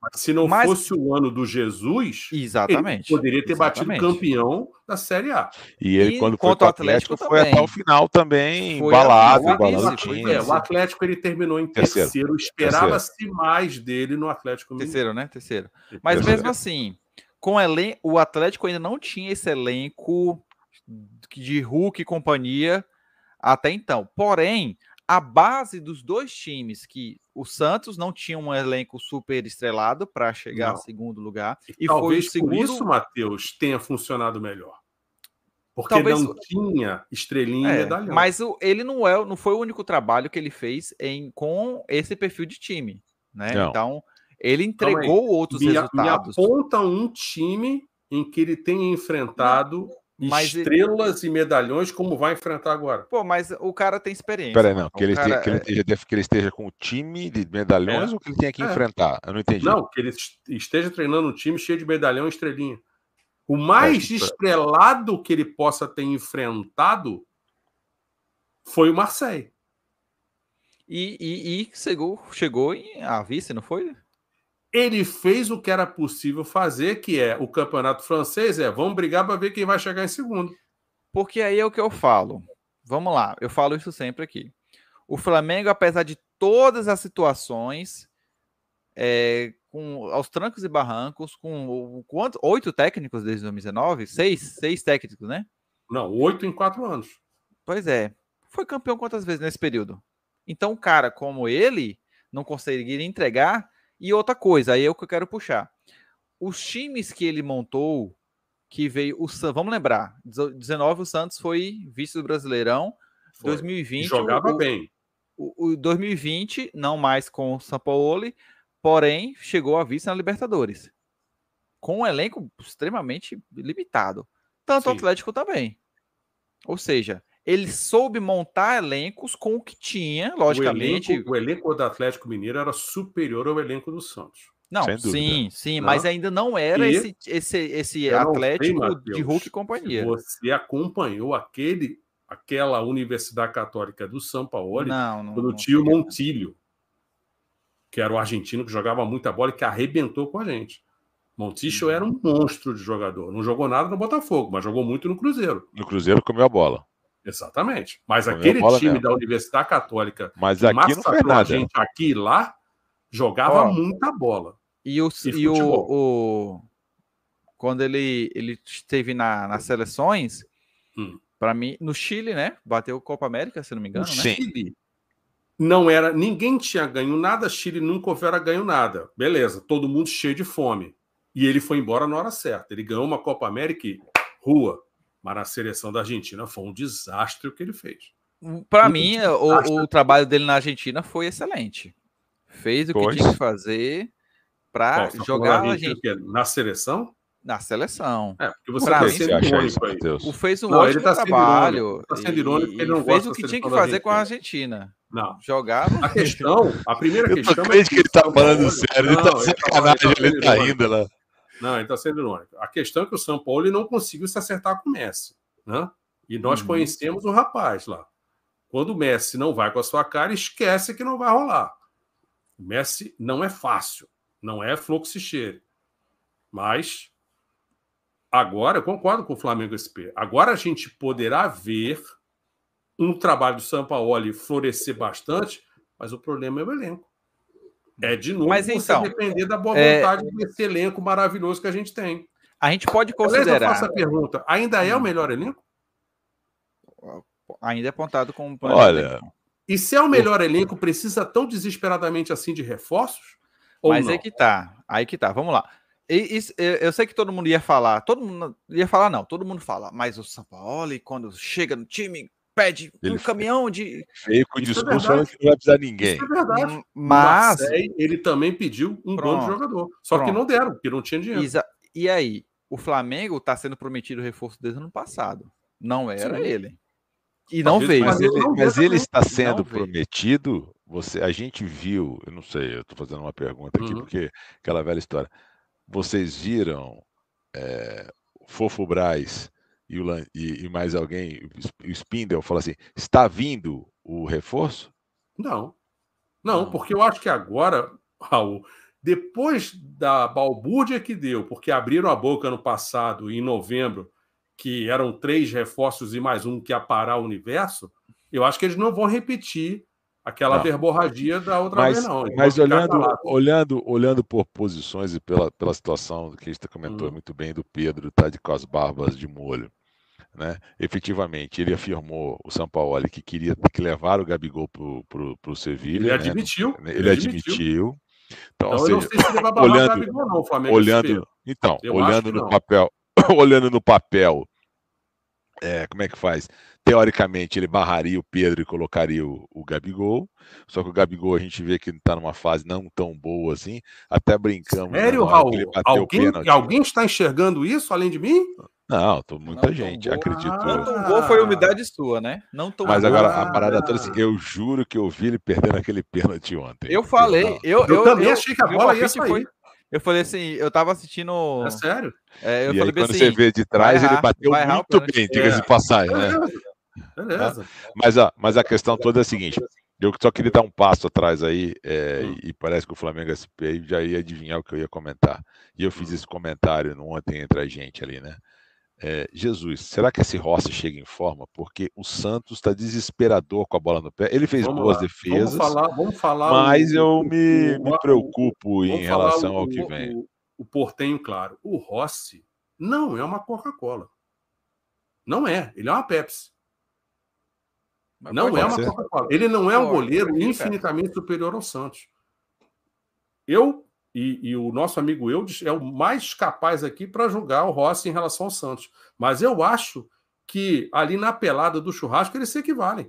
Mas se não Mas- fosse o ano do Jesus, Exatamente. ele poderia ter exatamente. batido campeão da Série A. E ele, E quando foi contra pro o Atlético Atlético, foi até também. o final também, Foi embalado, a- o embalando o Atlético- time. É, o Atlético ele terminou em Terceiro. terceiro. Esperava-se mais dele no Atlético Mineiro. Terceiro, né? Terceiro. Mas Terceiro. mesmo assim, com elen... o Atlético ainda não tinha esse elenco de Hulk e companhia até então. Porém, a base dos dois times, que o Santos não tinha um elenco super estrelado para chegar Não. a segundo lugar, e Talvez foi o segundo... por isso, Matheus, tenha funcionado melhor. Porque Talvez- não tinha estrelinha É, e medalhão. mas o, ele não, é, não foi o único trabalho que ele fez em, com esse perfil de time, né? Não. Então, ele Calma aí. entregou outros me, resultados. Me aponta um time em que ele tenha enfrentado mas ele- estrelas e medalhões como vai enfrentar agora. Pô, mas o cara tem experiência. Peraí, mano. não, que O ele, cara esteja, que, ele é- esteja, que ele esteja com o time de medalhões É. ou que ele tenha que É. enfrentar? Eu não entendi. Não, que ele esteja treinando um time cheio de medalhão e estrelinha. O mais É, estrelado que ele possa ter enfrentado foi o Marseille. E, e, e chegou, chegou em a vice, não foi? Ele fez o que era possível fazer, que é o campeonato francês, é vamos brigar para ver quem vai chegar em segundo. Porque aí é o que eu falo. Vamos lá, eu falo isso sempre aqui. O Flamengo, apesar de todas as situações, é, com aos trancos e barrancos, com o- quanto, oito técnicos desde dois mil e dezenove, seis, seis técnicos, né? Não, oito em quatro anos. Pois é. Foi campeão quantas vezes nesse período? Então, um cara como ele não conseguiria entregar. E outra coisa, aí é o que eu quero puxar. Os times que ele montou, que veio o Santos, vamos lembrar, dezenove o Santos foi vice do Brasileirão, Foi. dois mil e vinte E jogava o, bem. O, o dois mil e vinte não mais com o Sampaoli, porém chegou a vice na Libertadores, com um elenco extremamente limitado. Tanto o Sim. Atlético também. Ou seja, ele soube montar elencos com o que tinha, logicamente. O elenco, o elenco do Atlético Mineiro era superior ao elenco do Santos. Não, Sem dúvida. sim, sim, Não. mas ainda não era E esse, esse, esse eu não Atlético sei, de Matheus, Hulk e se companhia. Você acompanhou aquele, aquela Universidade Católica do São Paulo Não, não. quando não tinha o cheguei, não. Montilho, que era o argentino que jogava muita bola e que arrebentou com a gente. Montijo era um monstro de jogador. Não jogou nada no Botafogo, mas jogou muito no Cruzeiro. No Cruzeiro comeu a bola. Exatamente. Mas Comeu aquele a bola time mesmo. da Universidade Católica Mas que aqui não fez massacrou a nada. gente aqui e lá, jogava Ó, muita bola. E, o, E e o, futebol. o- quando ele, ele esteve na, nas seleções, Hum. para mim, no Chile, né? Bateu Copa América, se não me engano, O né? Sim. Chile não era, ninguém tinha ganho nada, Chile nunca houvera ganho nada. Beleza, todo mundo cheio de fome. E ele foi embora na hora certa. Ele ganhou uma Copa América e rua. Mas na seleção da Argentina foi um desastre o que ele fez. Para Um mim, desastre. o, o trabalho dele na Argentina foi excelente. Fez o que Pois. tinha que fazer para Ó, você tá jogar falando a Argentina gente o quê? Na seleção? na seleção. É, porque você Pra está mim, sendo Você acha isso, irônico aí. Matheus? O fez um Não, ele ótimo tá sendo trabalho. irônico. Tá sendo irônico porque ele não e fez gosta o da que tinha que seleção da fazer com a Argentina. Não. Jogar. A questão, a primeira Eu questão. tô crente que ele tá São falando Paulo- sério. Ele Não, tá ele tá sacanagem, falando- ele tá irônico. rindo lá. Não, ele está sendo irônico. A questão é que o São Paulo não conseguiu se acertar com o Messi. Né? E nós Uhum. conhecemos o rapaz lá. Quando o Messi não vai com a sua cara, esquece que não vai rolar. O Messi não é fácil. Não é flor que se cheire. Mas agora, eu concordo com o Flamengo S P. Agora a gente poderá ver um trabalho do São Paulo florescer bastante, mas o problema é o elenco. É de novo Mas você então, depender da boa é- vontade desse elenco maravilhoso que a gente tem. A gente pode Aliás, eu considerar. faço a pergunta: ainda é o melhor elenco? Ainda é apontado como. Olha, E se é o melhor elenco, precisa tão desesperadamente assim de reforços? Ou Mas não? é que tá. Aí que tá. Vamos lá. E, isso- eu, eu sei que todo mundo ia falar. Todo mundo ia falar, não. Todo mundo fala. Mas o Sampaoli, quando chega no time, pede Ele um caminhão de. veio com o Isso é discurso verdade. falando que não vai precisar de ninguém. Isso é verdade. O Mas. Marseille, ele também pediu um bom Pronto. jogador. Só que Pronto. não deram, porque não tinha dinheiro. Isa- E aí? O Flamengo tá sendo prometido reforço desde o ano passado. Não era Sim. ele. E não vezes, veio. Mas Mas ele, não mas veio ele também. está sendo Não veio. prometido. Você, a gente viu, eu não sei, eu estou fazendo uma pergunta aqui, Uhum. porque aquela velha história. Vocês viram é, o Fofo Braz e, o, Lan- e- e mais alguém, o Spindle, falou assim: está vindo o reforço? Não. Não, Não. porque eu acho que agora, Raul, depois da balbúrdia que deu, porque abriram a boca ano passado, em novembro, que eram três reforços e mais um que ia parar o universo, eu acho que eles não vão repetir aquela Não. verborragia da outra Mas, vez, não. Eles mas vão ficar olhando, calados. olhando, olhando por posições e pela, pela situação que a gente comentou Hum. muito bem do Pedro, tá de, com as barbas de molho, né? Efetivamente, ele afirmou, o Sampaoli, que queria que levar o Gabigol para o Sevilha. Ele né? admitiu. Ele, Ele admitiu. admitiu. Então, Então, ou eu não seja, sei se ele vai barrar o olhando, Gabigol, não, o Flamengo. olhando, então, Eu olhando no não. papel, olhando no papel, é, como é que faz? Teoricamente, ele barraria o Pedro e colocaria o, o Gabigol, só que o Gabigol a gente vê que está numa fase não tão boa assim, até brincamos. Sério, né, Raul? ele bateu Alguém, o pênalti. alguém está enxergando isso além de mim? Não, tô, muita Não gente tombou. acreditou. Não tombou, foi umidade sua, né? Não tombou. Mas agora, Ah, a parada toda assim, eu juro que eu vi ele perdendo aquele pênalti ontem. Eu falei, eu, Eu eu também eu- achei que a meu bola ia palpite sair. foi- eu falei assim, eu tava assistindo. É sério. é, eu E falei aí, bem quando assim, você vê de trás, vai ele errar, bateu vai errar o muito pênalti. bem, diga-se É. de passagem, né? Beleza. Beleza. Mas, ó, mas a questão toda é a seguinte: eu só queria dar um passo atrás aí, é, Hum. e parece que o Flamengo S P aí já ia adivinhar o que eu ia comentar. E eu fiz Hum. esse comentário no ontem entre a gente ali, né? É, Jesus, será que esse Rossi chega em forma? Porque o Santos está desesperador com a bola no pé. Ele fez Vamos boas lá. defesas, Vamos falar, vamos falar mas o, eu o, me, o, me o, preocupo em vamos falar relação o, ao que vem. O, o portenho claro. O Rossi não é uma Coca-Cola. Não é. Ele é uma Pepsi. Mas Não pode é ser. uma Coca-Cola. Ele não é um Pô, goleiro prefiro infinitamente superior ao Santos. Eu e, e o nosso amigo Eudes é o mais capaz aqui para julgar o Rossi em relação ao Santos. Mas eu acho que ali na pelada do churrasco eles se equivalem.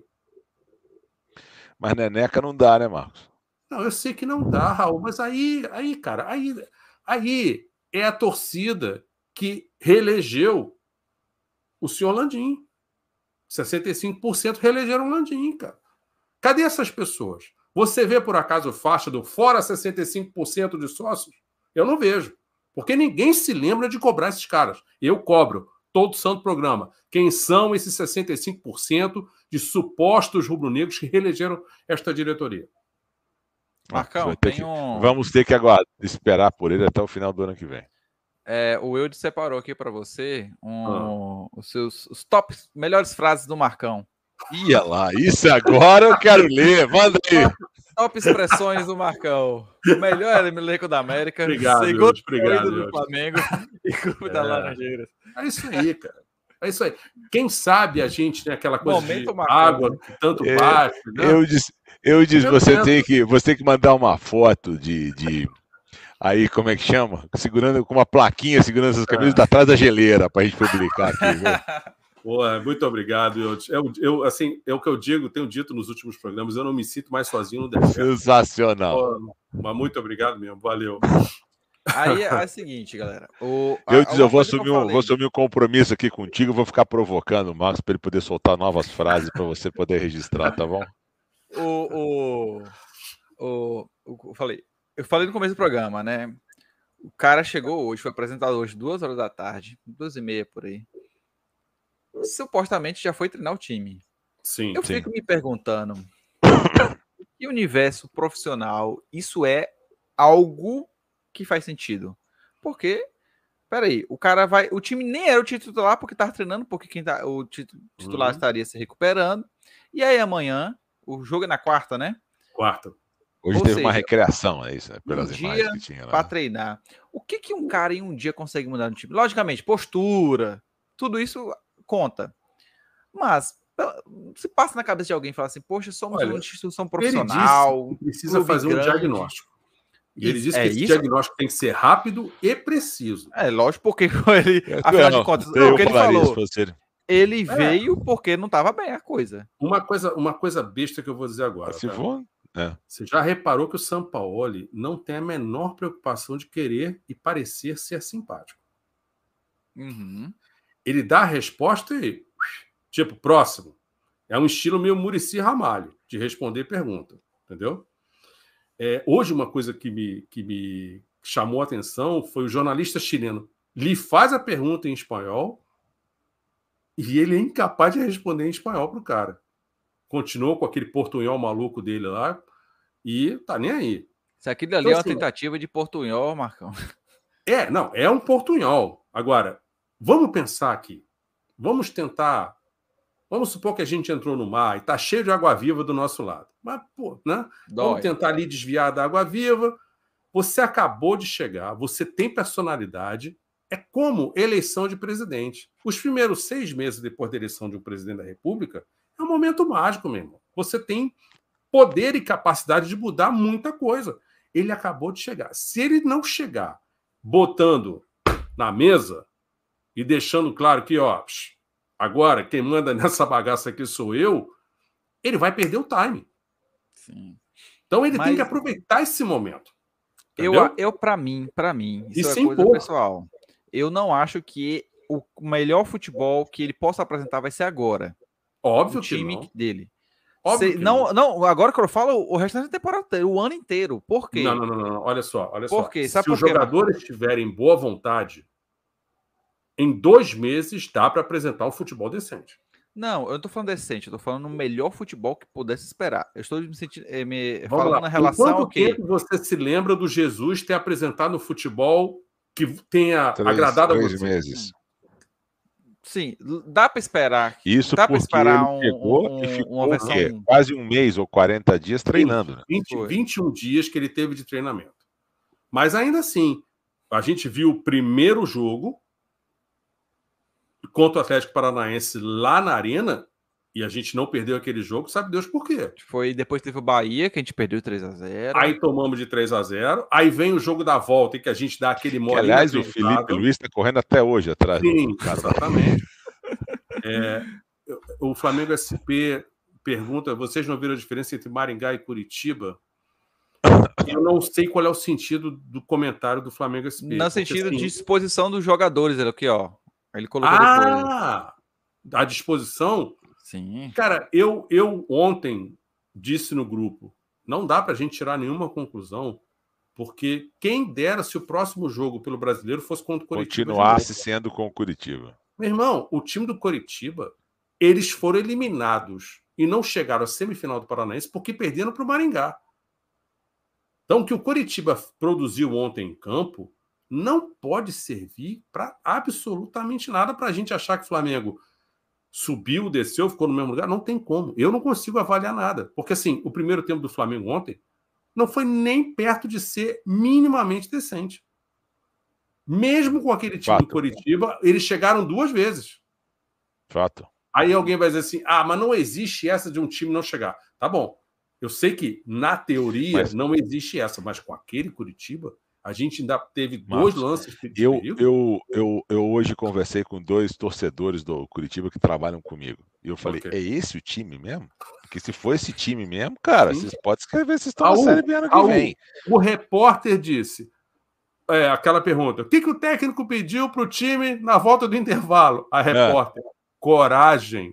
Mas Neneca não dá, né, Marcos? Não, eu sei que não dá, Raul, mas aí, aí, cara, aí, aí é a torcida que reelegeu o senhor Landim. sessenta e cinco por cento reelegeram o Landim, cara. Cadê essas pessoas? Você vê, por acaso, faixa do fora sessenta e cinco por cento de sócios? Eu não vejo. Porque ninguém se lembra de cobrar esses caras. Eu cobro todo santo programa. Quem são esses sessenta e cinco por cento de supostos rubro-negros que reelegeram esta diretoria? Marcão, Vai ter tem que- um. Vamos ter que aguardar, esperar por ele até o final do ano que vem. É, o Eudes separou aqui para você um, os seus os top melhores frases do Marcão. Ia lá, isso agora eu quero ler, manda aí. Top expressões do Marcão. O melhor elenco da América. Obrigado, segundo Eudes, obrigado, ídolo do Eudes. Flamengo e clube da É. Laranjeiras. É isso aí, cara. É isso aí. Quem sabe a gente tem aquela coisa Momento de Marcão. água que tanto É, bate. Né? Eu disse, eu disse Eu você entendo. tem que, você tem que mandar uma foto de, de aí como é que chama? Segurando com uma plaquinha segurando essas camisas É. atrás da geleira para a gente publicar aqui. Viu? Pô, muito obrigado. Eu, eu, eu, assim, é o que eu digo, tenho dito nos últimos programas, eu não me sinto mais sozinho no deserto. Sensacional. Pô, mas muito obrigado mesmo, valeu. Aí é o seguinte, galera. O, Eu, a- disse, eu uma vou coisa que assumir, um, falei. vou assumir um compromisso aqui contigo, vou ficar provocando o Marcos para ele poder soltar novas frases para você poder registrar, tá bom? O, o, o, o, eu falei, eu falei no começo do programa, né? O cara chegou hoje, foi apresentado hoje, duas horas da tarde, duas e meia por aí. Supostamente já foi treinar o time. Sim, Eu sim. fico me perguntando, que universo profissional isso é algo que faz sentido? Porque, peraí, o cara vai, o time nem era o titular porque tá treinando, porque quem tá, o titu- titular Uhum. estaria se recuperando. E aí amanhã, o jogo é na quarta, né? quarta. Hoje Ou teve uma seja, recreação, é isso, né? Pelas um imagens dia que tinha lá. para treinar. O que que um cara em um dia consegue mudar no time? Logicamente, postura, tudo isso conta. Mas pela- se passa na cabeça de alguém e fala assim, poxa, somos Olha, uma instituição Ele profissional, disse que precisa clube fazer um grande. diagnóstico. E ele Isso, disse é que esse isso? diagnóstico tem que ser rápido e preciso. É lógico, porque ele, É, afinal não, de contas, eu o que ele falaria isso falou, pra você. ele É. veio porque não estava bem a coisa. Uma coisa, uma coisa besta que eu vou dizer agora. Se tá? for, é. Você já reparou que o Sampaoli não tem a menor preocupação de querer e parecer ser simpático. Uhum. Ele dá a resposta e, tipo, próximo. É um estilo meio Muricy Ramalho, de responder pergunta, entendeu? É, hoje, uma coisa que me, que me chamou a atenção foi o jornalista chileno. Lhe faz a pergunta em espanhol e ele é incapaz de responder em espanhol para o cara. Continuou com aquele portunhol maluco dele lá e tá nem aí. Se aquilo ali então, é uma assim, tentativa de portunhol, Marcão. É, não, é um portunhol. Agora, vamos pensar aqui. Vamos tentar... Vamos supor que a gente entrou no mar e está cheio de água-viva do nosso lado. Mas, pô, né? Dói. Vamos tentar ali desviar da água-viva. Você acabou de chegar, você tem personalidade. É como eleição de presidente. Os primeiros seis meses depois da eleição de um presidente da República é um momento mágico, meu irmão. Você tem poder e capacidade de mudar muita coisa. Ele acabou de chegar. Se ele não chegar botando na mesa e deixando claro que, ó, agora quem manda nessa bagaça aqui sou eu, ele vai perder o time. Sim. Então ele Mas... tem que aproveitar esse momento. Eu, eu para mim, para mim, isso e é coisa pessoal. Eu não acho que o melhor futebol que ele possa apresentar vai ser agora. Óbvio o time que não. dele. Óbvio Se, que não, não. não, agora que eu falo, o restante da temporada, o ano inteiro. Por quê? Não, não, não, não. Olha só, olha por só. Quê? Se Sabe os por quê, jogadores Marcos? tiverem boa vontade, em dois meses dá para apresentar um futebol decente. Não, eu não tô falando decente, eu tô falando no melhor futebol que pudesse esperar. Eu estou me, sentindo, me Vamos falando lá. na relação Em quanto ao quê? tempo você se lembra do Jesus ter apresentado no futebol que tenha três, agradado três a você? meses. Sim, dá para esperar. Isso dá para esperar ele um, chegou um, e ficou uma versão... quê? Quase um mês ou quarenta dias treinando. Né? vinte, vinte e um dias que ele teve de treinamento. Mas ainda assim, a gente viu o primeiro jogo contra o Atlético Paranaense lá na Arena e a gente não perdeu aquele jogo, sabe Deus por quê? Foi depois teve o Bahia, que a gente perdeu três a zero. Aí tomamos de três a zero. Aí vem o jogo da volta, em que a gente dá aquele mole. Que, aliás, o Felipe Luiz está correndo até hoje atrás. Sim, do exatamente. é, o Flamengo S P pergunta, vocês não viram a diferença entre Maringá e Curitiba? Eu não sei qual é o sentido do comentário do Flamengo S P. No sentido assim... de disposição dos jogadores, ele aqui, ó. Ele colocou ah, depois. À disposição? Sim. Cara, eu, eu ontem disse no grupo, não dá para a gente tirar nenhuma conclusão, porque quem dera se o próximo jogo pelo Brasileiro fosse contra o Coritiba. Continuasse sendo com o Curitiba. Meu irmão, o time do Coritiba, eles foram eliminados e não chegaram à semifinal do Paranaense porque perderam para o Maringá. Então, o que o Coritiba produziu ontem em campo não pode servir para absolutamente nada para a gente achar que o Flamengo subiu, desceu, ficou no mesmo lugar. Não tem como. Eu não consigo avaliar nada. Porque, assim, o primeiro tempo do Flamengo ontem não foi nem perto de ser minimamente decente. Mesmo com aquele time Fato. do Coritiba, eles chegaram duas vezes. Fato. Aí alguém vai dizer assim, ah, mas não existe essa de um time não chegar. Tá bom. Eu sei que, na teoria, mas... não existe essa, mas com aquele Curitiba, a gente ainda teve dois Marcos, lances de eu, perigo. Eu, eu, eu hoje conversei com dois torcedores do Curitiba que trabalham comigo. E eu falei, okay. É esse o time mesmo? Porque se for esse time mesmo, cara, Sim. vocês podem escrever, vocês estão na Série B ano que vem. O repórter disse, é, aquela pergunta, o que, que o técnico pediu para o time na volta do intervalo? A repórter, é. coragem.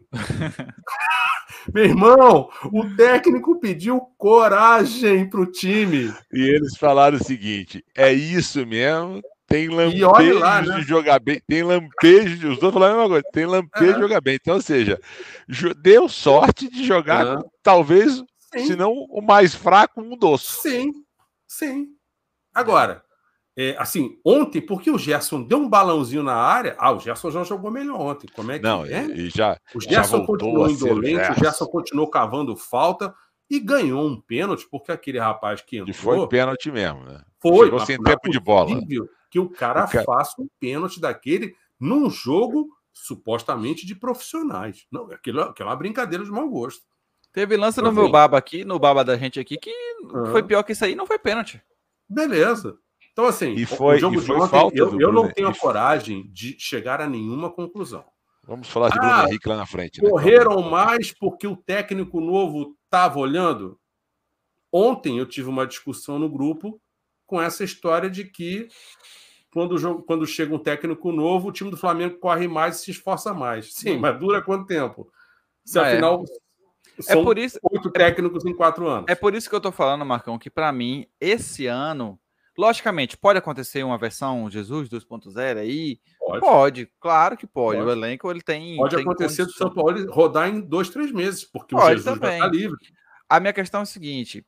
Meu irmão, o técnico pediu coragem para o time. E eles falaram o seguinte, é isso mesmo, tem lampejos lá, né? de jogar bem, tem lampejos, os dois falaram a mesma coisa, tem lampejo é. de jogar bem. Então, ou seja, deu sorte de jogar, é. talvez, sim. se não o mais fraco, um dos. Sim, sim. Agora, é, assim, ontem, porque o Gerson deu um balãozinho na área, ah, o Gerson já jogou melhor ontem, como é que não, é? E já, o Gerson já continuou indolente, o Gerson. o Gerson continuou cavando falta e ganhou um pênalti, porque aquele rapaz que entrou... E foi pênalti mesmo, né? Foi, Chegou sem tempo de bola. Que o cara, o cara faça um pênalti daquele num jogo supostamente de profissionais. Não, aquilo, aquilo é uma brincadeira de mau gosto. Teve lance no meu baba aqui, no baba da gente aqui, que ah. foi pior que isso aí, não foi pênalti. Beleza. Então, assim, e foi, o jogo e foi de ontem, falta eu, eu não tenho e a coragem de chegar a nenhuma conclusão. Vamos falar de ah, Bruno Henrique lá na frente. Né? Correram mais porque o técnico novo estava olhando? Ontem eu tive uma discussão no grupo com essa história de que quando, o jogo, quando chega um técnico novo, o time do Flamengo corre mais e se esforça mais. Sim, mas dura quanto tempo? Se ah, afinal é. são é por isso, oito técnicos é, em quatro anos. É por isso que eu tô falando, Marcão, que para mim, esse ano, logicamente, pode acontecer uma versão Jesus dois ponto zero aí? Pode. Pode, claro que pode. pode. O elenco, ele tem... Pode tem acontecer condição. do São Paulo rodar em dois, três meses, porque pode o Jesus também. vai estar livre. A minha questão é a seguinte,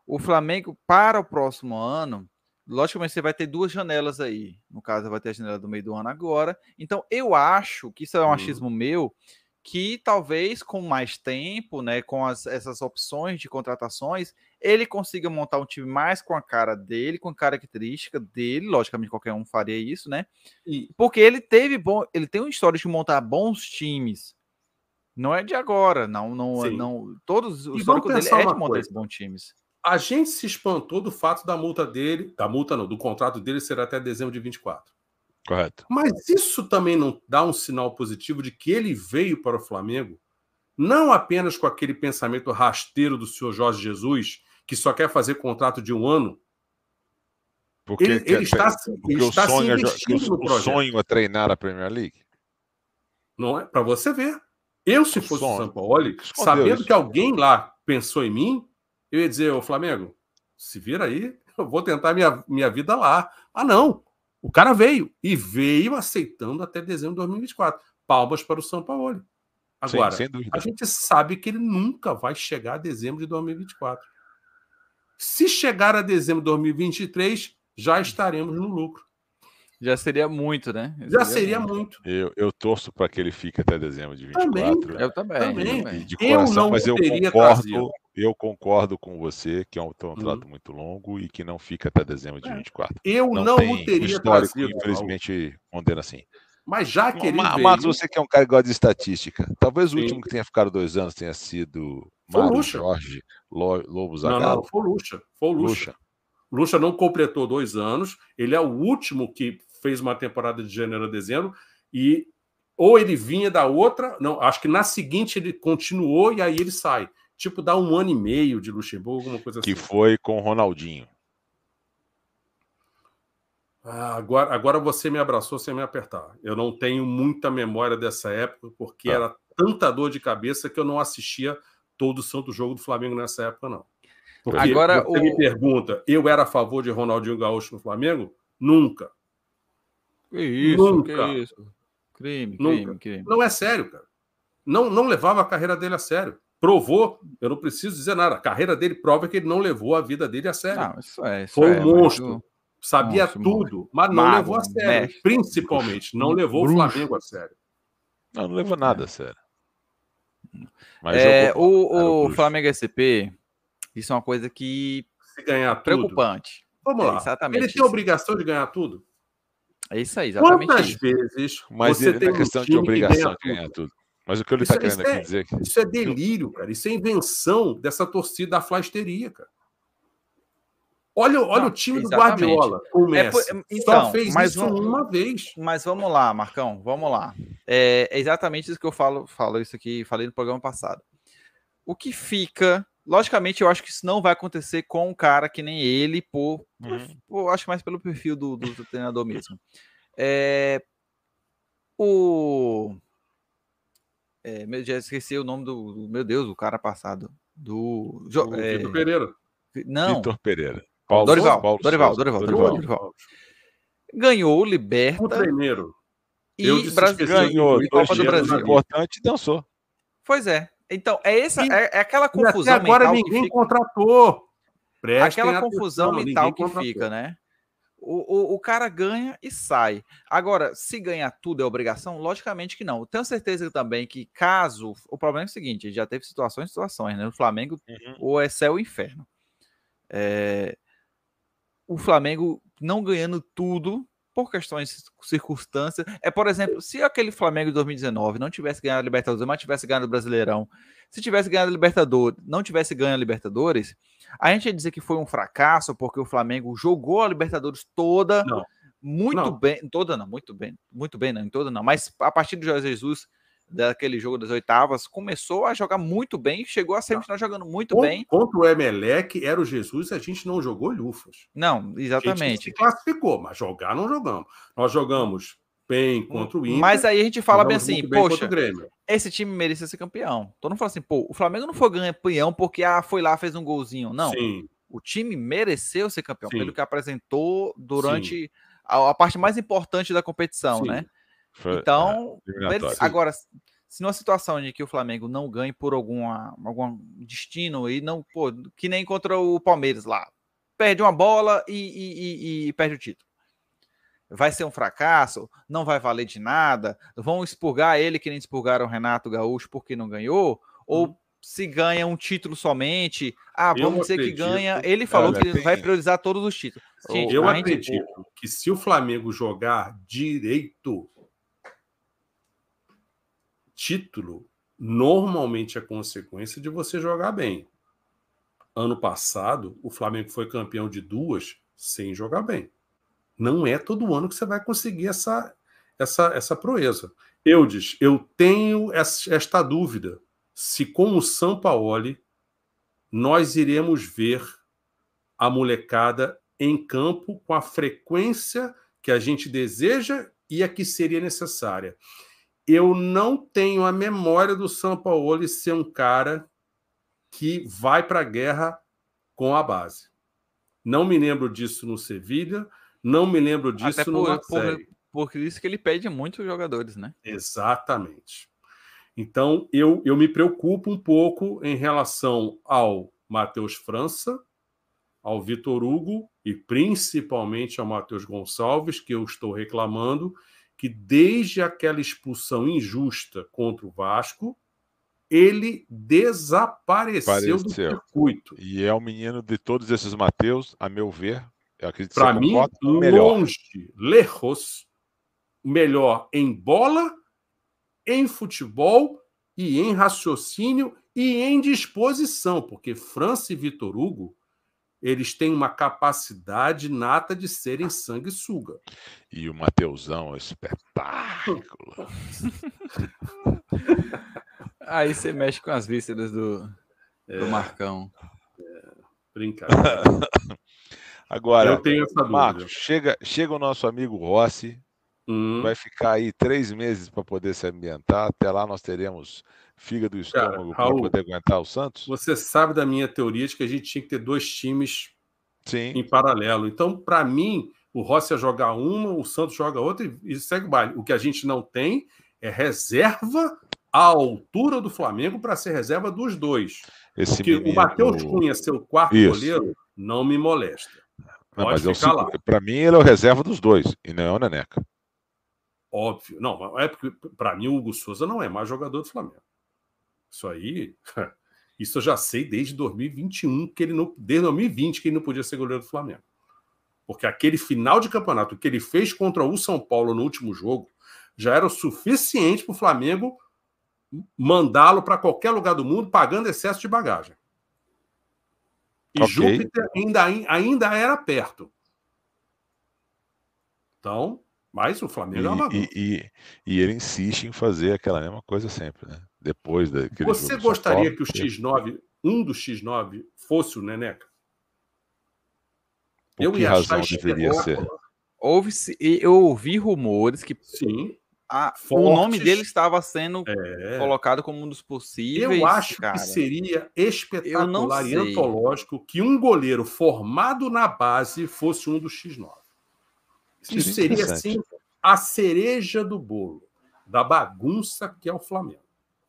o Flamengo, para o próximo ano, logicamente você vai ter duas janelas aí. No caso, vai ter a janela do meio do ano agora. Então, eu acho que isso é um Hum. achismo meu, que talvez com mais tempo, né, com as, essas opções de contratações, ele consiga montar um time mais com a cara dele, com a característica dele. Logicamente, qualquer um faria isso, né? E, Porque ele teve bom, ele tem uma história de montar bons times. Não é de agora, não, não, Sim. não. Todos o E histórico vamos dele pensar é de uma montar coisa. esses bons times. a gente se espantou do fato da multa dele, da multa não, do contrato dele ser até dezembro de vinte e quatro. Correto. Mas isso também não dá um sinal positivo de que ele veio para o Flamengo não apenas com aquele pensamento rasteiro do senhor Jorge Jesus, que só quer fazer contrato de um ano. Porque, ele, quer, ele está, porque ele o, está sonho se investindo é, no o projeto. sonho é treinar a Premier League. Não é? Para você ver. Eu, se O fosse o sonho. Sampaoli, Escondeu sabendo isso. que alguém lá pensou em mim, eu ia dizer, ô Flamengo, se vira aí, eu vou tentar minha, minha vida lá. Ah, não. O cara veio. E veio aceitando até dezembro de dois mil e vinte e quatro. Palmas para o Sampaoli. Agora, Sim, sem dúvida. a gente sabe que ele nunca vai chegar a dezembro de dois mil e vinte e quatro. Se chegar a dezembro de dois mil e vinte e três, já estaremos no lucro. Já seria muito, né? Já seria muito. Eu, eu torço para que ele fique até dezembro de vinte e quatro. Também, Eu também. também. Eu também. De Eu coração, não mas eu teria concordo, trazido. eu concordo com você que é um contrato Hum. muito longo e que não fica até dezembro de É. vinte e quatro. Eu Não, não tem o teria o histórico, trazido, infelizmente, condena assim. Mas já que ele Mas, veio... mas você que é um cara que gosta de estatística, talvez Sim. o último que tenha ficado dois anos tenha sido Foi o Mário Lucha. Jorge Lo- Lobo Não, Zagallo. não, foi o Lucha. Foi o Lucha. Lucha. Lucha não completou dois anos. Ele é o último que fez uma temporada de janeiro a dezembro. E ou ele vinha da outra... Não, acho que na seguinte ele continuou e aí ele sai. Tipo, dá um ano e meio de Luxemburgo, alguma coisa Que assim. foi com o Ronaldinho. Ah, agora, agora você me abraçou sem me apertar. Eu não tenho muita memória dessa época, porque Ah. era tanta dor de cabeça que eu não assistia todo o santo jogo do Flamengo nessa época, não. Porque Agora, você o- me pergunta, eu era a favor de Ronaldinho Gaúcho no Flamengo? Nunca. Que isso, Nunca. que isso. Crime, Nunca. crime, crime. Não é sério, cara. Não, não levava a carreira dele a sério. Provou, eu não preciso dizer nada. A carreira dele prova que ele não levou a vida dele a sério. Não, isso é. Isso Foi é, um mas monstro. o- Sabia monstro, tudo, mas não mago, levou a sério. mestre, Principalmente, não levou bruxo. o Flamengo a sério. Não, não leva nada a sério. Mas É, jogou bola, era o, o bruxo. Flamengo S P, isso é uma coisa que Se ganhar tudo. preocupante. Vamos É lá. exatamente Ele tem isso. obrigação de ganhar tudo? É isso aí, exatamente Quantas isso. vezes Mas você ele tem não é um questão de time que obrigação ganha de ganhar tudo? tudo. Mas o que ele Isso, está querendo isso aqui é, dizer é que isso é delírio, cara. Isso é invenção dessa torcida da flasteria, cara. Olha, olha Não, o time do exatamente. Guardiola com o É Messi. por- então, Só fez mas isso vamos- uma vez. Mas vamos lá, Marcão, vamos lá. É exatamente isso que eu falo, falo isso aqui, falei no programa passado. O que fica, logicamente, eu acho que isso não vai acontecer com um cara que nem ele, por, por, Uhum. por- acho que mais pelo perfil do, do, do treinador mesmo. É, o, é, meu, já esqueci o nome do, do- meu Deus, o cara passado, do, jo- O é, Vitor Pereira. não, Vitor Pereira. Paulo, Dorival, Paulo Dorival, Souza. Dorival, Dorival. Dorival. ganhou o O Liberta treineiro. Eu e disse Brasil. esqueci de Ganhou incluir dois Copa do Copa títulos Brasil. importantes e dançou. Pois é. Então, é, essa, E- é, é aquela E até confusão agora mental que ninguém fica. contratou. Prestem Aquela atenção, confusão ninguém mental que contratou. fica, né? O, o, o cara ganha e sai. Agora, se ganhar tudo é obrigação? Logicamente que não. Eu tenho certeza também que caso... O problema é o seguinte, já teve situações e situações, né? No Flamengo, Uhum. ou é céu ou inferno. É, o Flamengo não ganhando tudo por questões, circunstâncias. É, por exemplo, se aquele Flamengo de dois mil e dezenove não tivesse ganhado a Libertadores, mas tivesse ganhado o Brasileirão, se tivesse ganhado a Libertadores, não tivesse ganho a Libertadores, a gente ia dizer que foi um fracasso porque o Flamengo jogou a Libertadores toda Não. muito Não. bem, toda não, muito bem, muito bem, não, em toda não, mas a partir do Jorge Jesus, daquele jogo das oitavas, começou a jogar muito bem, chegou a semifinal jogando muito Contra- bem. Contra o Emelec, era o Jesus, a gente não jogou lufas. Não, A gente exatamente. se classificou, mas jogar não jogamos. Nós jogamos bem contra o Inter. Mas aí a gente fala bem jogamos assim, muito bem contra poxa, o Grêmio. esse time merecia ser campeão. Todo mundo fala assim, pô, o Flamengo não foi campeão porque ah, foi lá, fez um golzinho. Não, Sim, o time mereceu ser campeão, Sim. pelo que apresentou durante a, a parte mais importante da competição, Sim. né? Foi, Então, é, eliminatório. merece- agora, se numa situação em que o Flamengo não ganhe por alguma, algum destino, e não, pô, que nem contra o Palmeiras lá, perde uma bola e, e, e, e perde o título. Vai ser um fracasso, não vai valer de nada, vão expurgar ele que nem expurgaram o Renato Gaúcho porque não ganhou, ou hum. se ganha um título somente, ah, vamos eu dizer acredito, que ganha, ele falou olha, que tem... vai priorizar todos os títulos. Gente, eu acredito gente... que se o Flamengo jogar direito, título normalmente é consequência de você jogar bem. Ano passado, o Flamengo foi campeão de duas sem jogar bem. Não é todo ano que você vai conseguir essa, essa, essa proeza. Eudes, eu tenho esta dúvida. Se com o Sampaoli nós iremos ver a molecada em campo com a frequência que a gente deseja e a que seria necessária. Eu não tenho a memória do Sampaoli ser um cara que vai para a guerra com a base. Não me lembro disso no Sevilha, não me lembro disso Até no por, Marseille. Por, por isso que ele pede muitos jogadores, né? Exatamente. Então, eu, eu me preocupo um pouco em relação ao Matheus França, ao Vitor Hugo e principalmente ao Matheus Gonçalves, que eu estou reclamando, que desde aquela expulsão injusta contra o Vasco, ele desapareceu Pareceu. do circuito. E é o menino de todos esses Matheus, a meu ver, eu acredito que para mim, longe, lejos, melhor em bola, em futebol e em raciocínio e em disposição, porque França e Vitor Hugo, eles têm uma capacidade nata de serem sanguessuga. E o Mateusão é um espetáculo. Aí você mexe com as vísceras do, é, do Marcão. É, brincadeira. Agora, eu tenho essa Marcos, chega, chega o nosso amigo Rossi, hum. vai ficar aí três meses para poder se ambientar. Até lá nós teremos fígado e estômago para poder aguentar o Santos. Você sabe da minha teoria de que a gente tinha que ter dois times Sim. em paralelo. Então, para mim, o Rossi ia jogar uma, o Santos joga outra e, e segue o baile. O que a gente não tem é reserva à altura do Flamengo para ser reserva dos dois. Esse Porque menino... o Matheus Cunha ser o quarto Isso. goleiro não me molesta. Não, mas para mim ele é o reserva dos dois e não é o Neneca. Óbvio. Não, é porque para mim o Hugo Souza não é mais jogador do Flamengo. Isso aí, isso eu já sei desde dois mil e vinte e um, que ele não, desde dois mil e vinte que ele não podia ser goleiro do Flamengo. Porque aquele final de campeonato que ele fez contra o São Paulo no último jogo já era o suficiente para o Flamengo mandá-lo para qualquer lugar do mundo pagando excesso de bagagem. E okay. Júpiter ainda, ainda era perto. Então, mas o Flamengo e, é uma e, e, e ele insiste em fazer aquela mesma coisa sempre, né? Depois daquele Você jogo gostaria Paulo, que o X nove, um dos X nove, fosse o Neneca? Por eu que ia razão deveria ser? Houve, eu ouvi rumores que Sim. A, o nome dele estava sendo é. colocado como um dos possíveis. Eu acho cara. que seria espetacular e antológico que um goleiro formado na base fosse um do X nove. Isso seria, assim, a cereja do bolo da bagunça que é o Flamengo.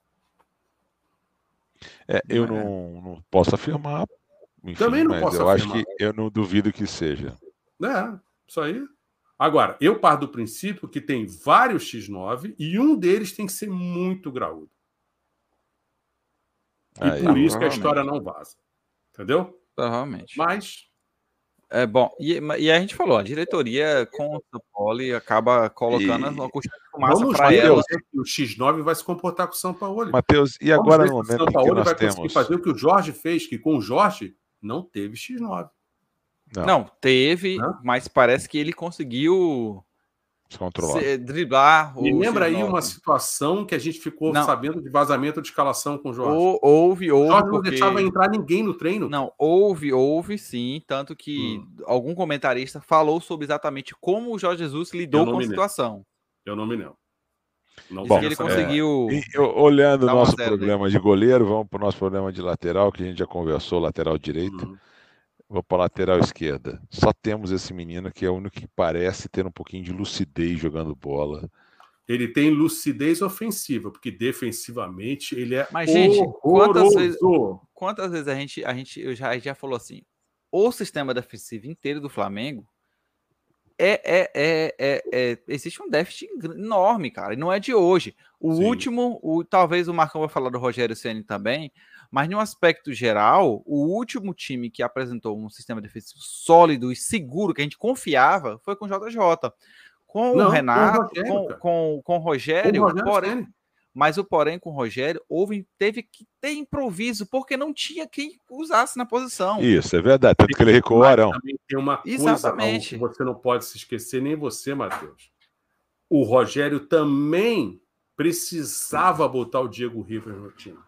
É, eu é. não, não posso afirmar. Enfim, Também não mas posso eu afirmar. acho que eu não duvido que seja. É, isso aí. Agora, eu parto do princípio que tem vários X nove e um deles tem que ser muito graúdo. E aí, por isso que a história não vaza. Entendeu? Provavelmente. Mas... É bom. E, e a gente falou, a diretoria com o São Paulo acaba colocando e... uma cortina de fumaça para ela. Que o X nove vai se comportar com o São Paulo. Matheus, e Vamos agora ver no se momento o São Paulo em que nós vai temos... conseguir fazer o que o Jorge fez, que com o Jorge não teve X nove. Não, não teve, não? Mas parece que ele conseguiu se, driblar. Me lembra aí uma situação que a gente ficou não. sabendo de vazamento de escalação com o Jorge. Ou, houve, houve. O Jorge não porque... deixava entrar ninguém no treino. Não, houve, houve sim. Tanto que hum. algum comentarista falou sobre exatamente como o Jorge Jesus lidou com a situação. Eu não me lembro. Não Bom, que ele conseguiu. É, olhando o nosso problema dele. de goleiro, vamos para o nosso problema de lateral, que a gente já conversou, lateral direito. Hum. Vou para a lateral esquerda. Só temos esse menino que é o único que parece ter um pouquinho de lucidez jogando bola. Ele tem lucidez ofensiva, porque defensivamente ele é Mas, gente, horroroso. quantas vezes, quantas vezes a gente, a gente eu já, já falou assim, o sistema defensivo inteiro do Flamengo é, é, é, é, é existe um déficit enorme, cara, e não é de hoje. O Sim. último, o, talvez o Marcão vai falar do Rogério Ceni também, mas em um aspecto geral, o último time que apresentou um sistema defensivo sólido e seguro, que a gente confiava, foi com o J J. Com Não, o Renato, com o Rogério, com, com, com o Rogério, o Rogério porém, mas o porém com o Rogério, houve, teve que ter improviso, porque não tinha quem usasse na posição. Isso, é verdade, tanto que ele recuou o Arão. Também tem uma Exatamente. coisa que você não pode se esquecer, nem você, Matheus. O Rogério também precisava botar o Diego Ribas no time.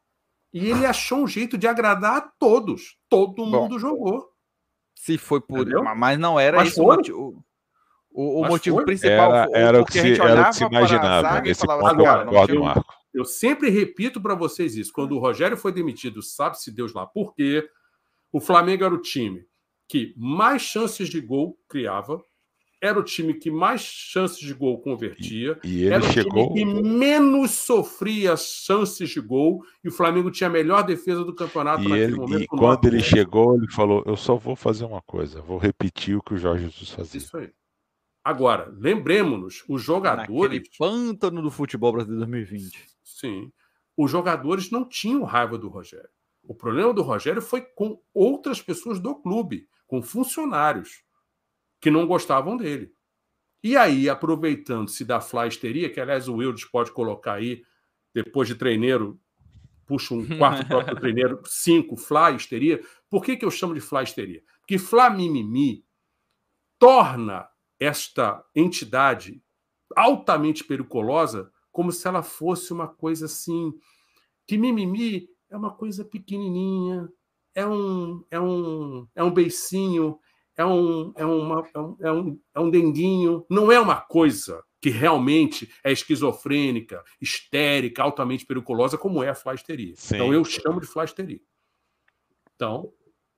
E ele achou um jeito de agradar a todos. Todo mundo Bom, jogou. Se foi por... Entendeu? Mas não era mas isso o motivo. O, o motivo foi? principal era, foi era porque o que a gente se, olhava era o que se imaginava. Nesse ponto assim, eu concordo, Marco. Eu sempre repito para vocês isso. Quando o Rogério foi demitido, sabe-se Deus lá por quê, o Flamengo era o time que mais chances de gol criava, era o time que mais chances de gol convertia, e, e ele era o chegou... time que menos sofria chances de gol, e o Flamengo tinha a melhor defesa do campeonato e naquele ele, momento. E quando ele chegou, ele falou, eu só vou fazer uma coisa, vou repetir o que o Jorge Jesus fazia. Isso aí. Agora, lembremos-nos, os jogadores... Naquele pântano do futebol brasileiro dois mil e vinte. Sim. Os jogadores não tinham raiva do Rogério. O problema do Rogério foi com outras pessoas do clube, com funcionários que não gostavam dele. E aí, aproveitando-se da flaisteria, que aliás o Wildes pode colocar aí, depois de treineiro, puxa um quarto próprio treineiro, cinco, flaisteria. Por que, que eu chamo de flaisteria? Porque Flamimimi torna esta entidade altamente periculosa como se ela fosse uma coisa assim, que mimimi é uma coisa pequenininha, é um, é um, é um beicinho, é um, é, uma, é, um, é, um, é um denguinho, não é uma coisa que realmente é esquizofrênica, histérica, altamente periculosa, como é a flaisteria. Sim. Então eu chamo de flaisteria. Então...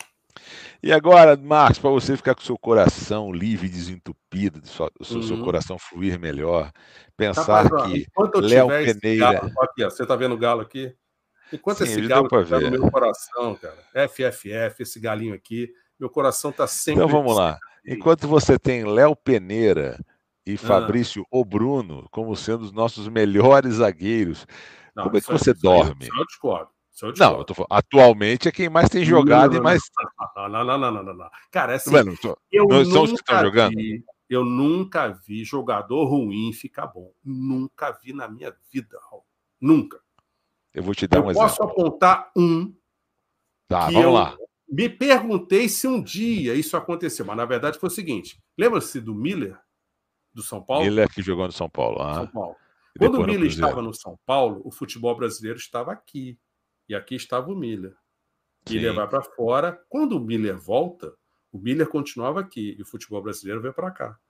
E agora, Marcos, para você ficar com o seu coração livre e desentupido, o seu, uhum. seu coração fluir melhor, pensar Rapaz, que Léo Peneira... Galo, aqui, ó, você está vendo o galo aqui? Enquanto Sim, esse galo está no meu coração, cara, F F F, esse galinho aqui, meu coração está sempre... Então vamos lá. Enquanto você tem Léo Peneira e Fabrício ah. Obruno como sendo os nossos melhores zagueiros, Não, como é que você dorme? Eu discordo. Eu não, eu tô falando, atualmente é quem mais tem jogado não, não, e mais. Não, não, não, não, não, não. Cara, assim, Mano, tô... eu, não nunca que estão jogando? Vi, eu nunca vi jogador ruim ficar bom. Nunca vi na minha vida, Raul. Nunca. Eu vou te dar eu um exemplo. Eu posso apontar um. Tá, que vamos eu lá. Me perguntei se um dia isso aconteceu, mas na verdade foi o seguinte: lembra-se do Miller, do São Paulo? Miller que jogou no São Paulo. Ah. São Paulo. Quando o Miller estava no São Paulo, o futebol brasileiro estava aqui. E aqui estava o Miller. O Miller vai para fora. Quando o Miller volta, o Miller continuava aqui e o futebol brasileiro veio para cá.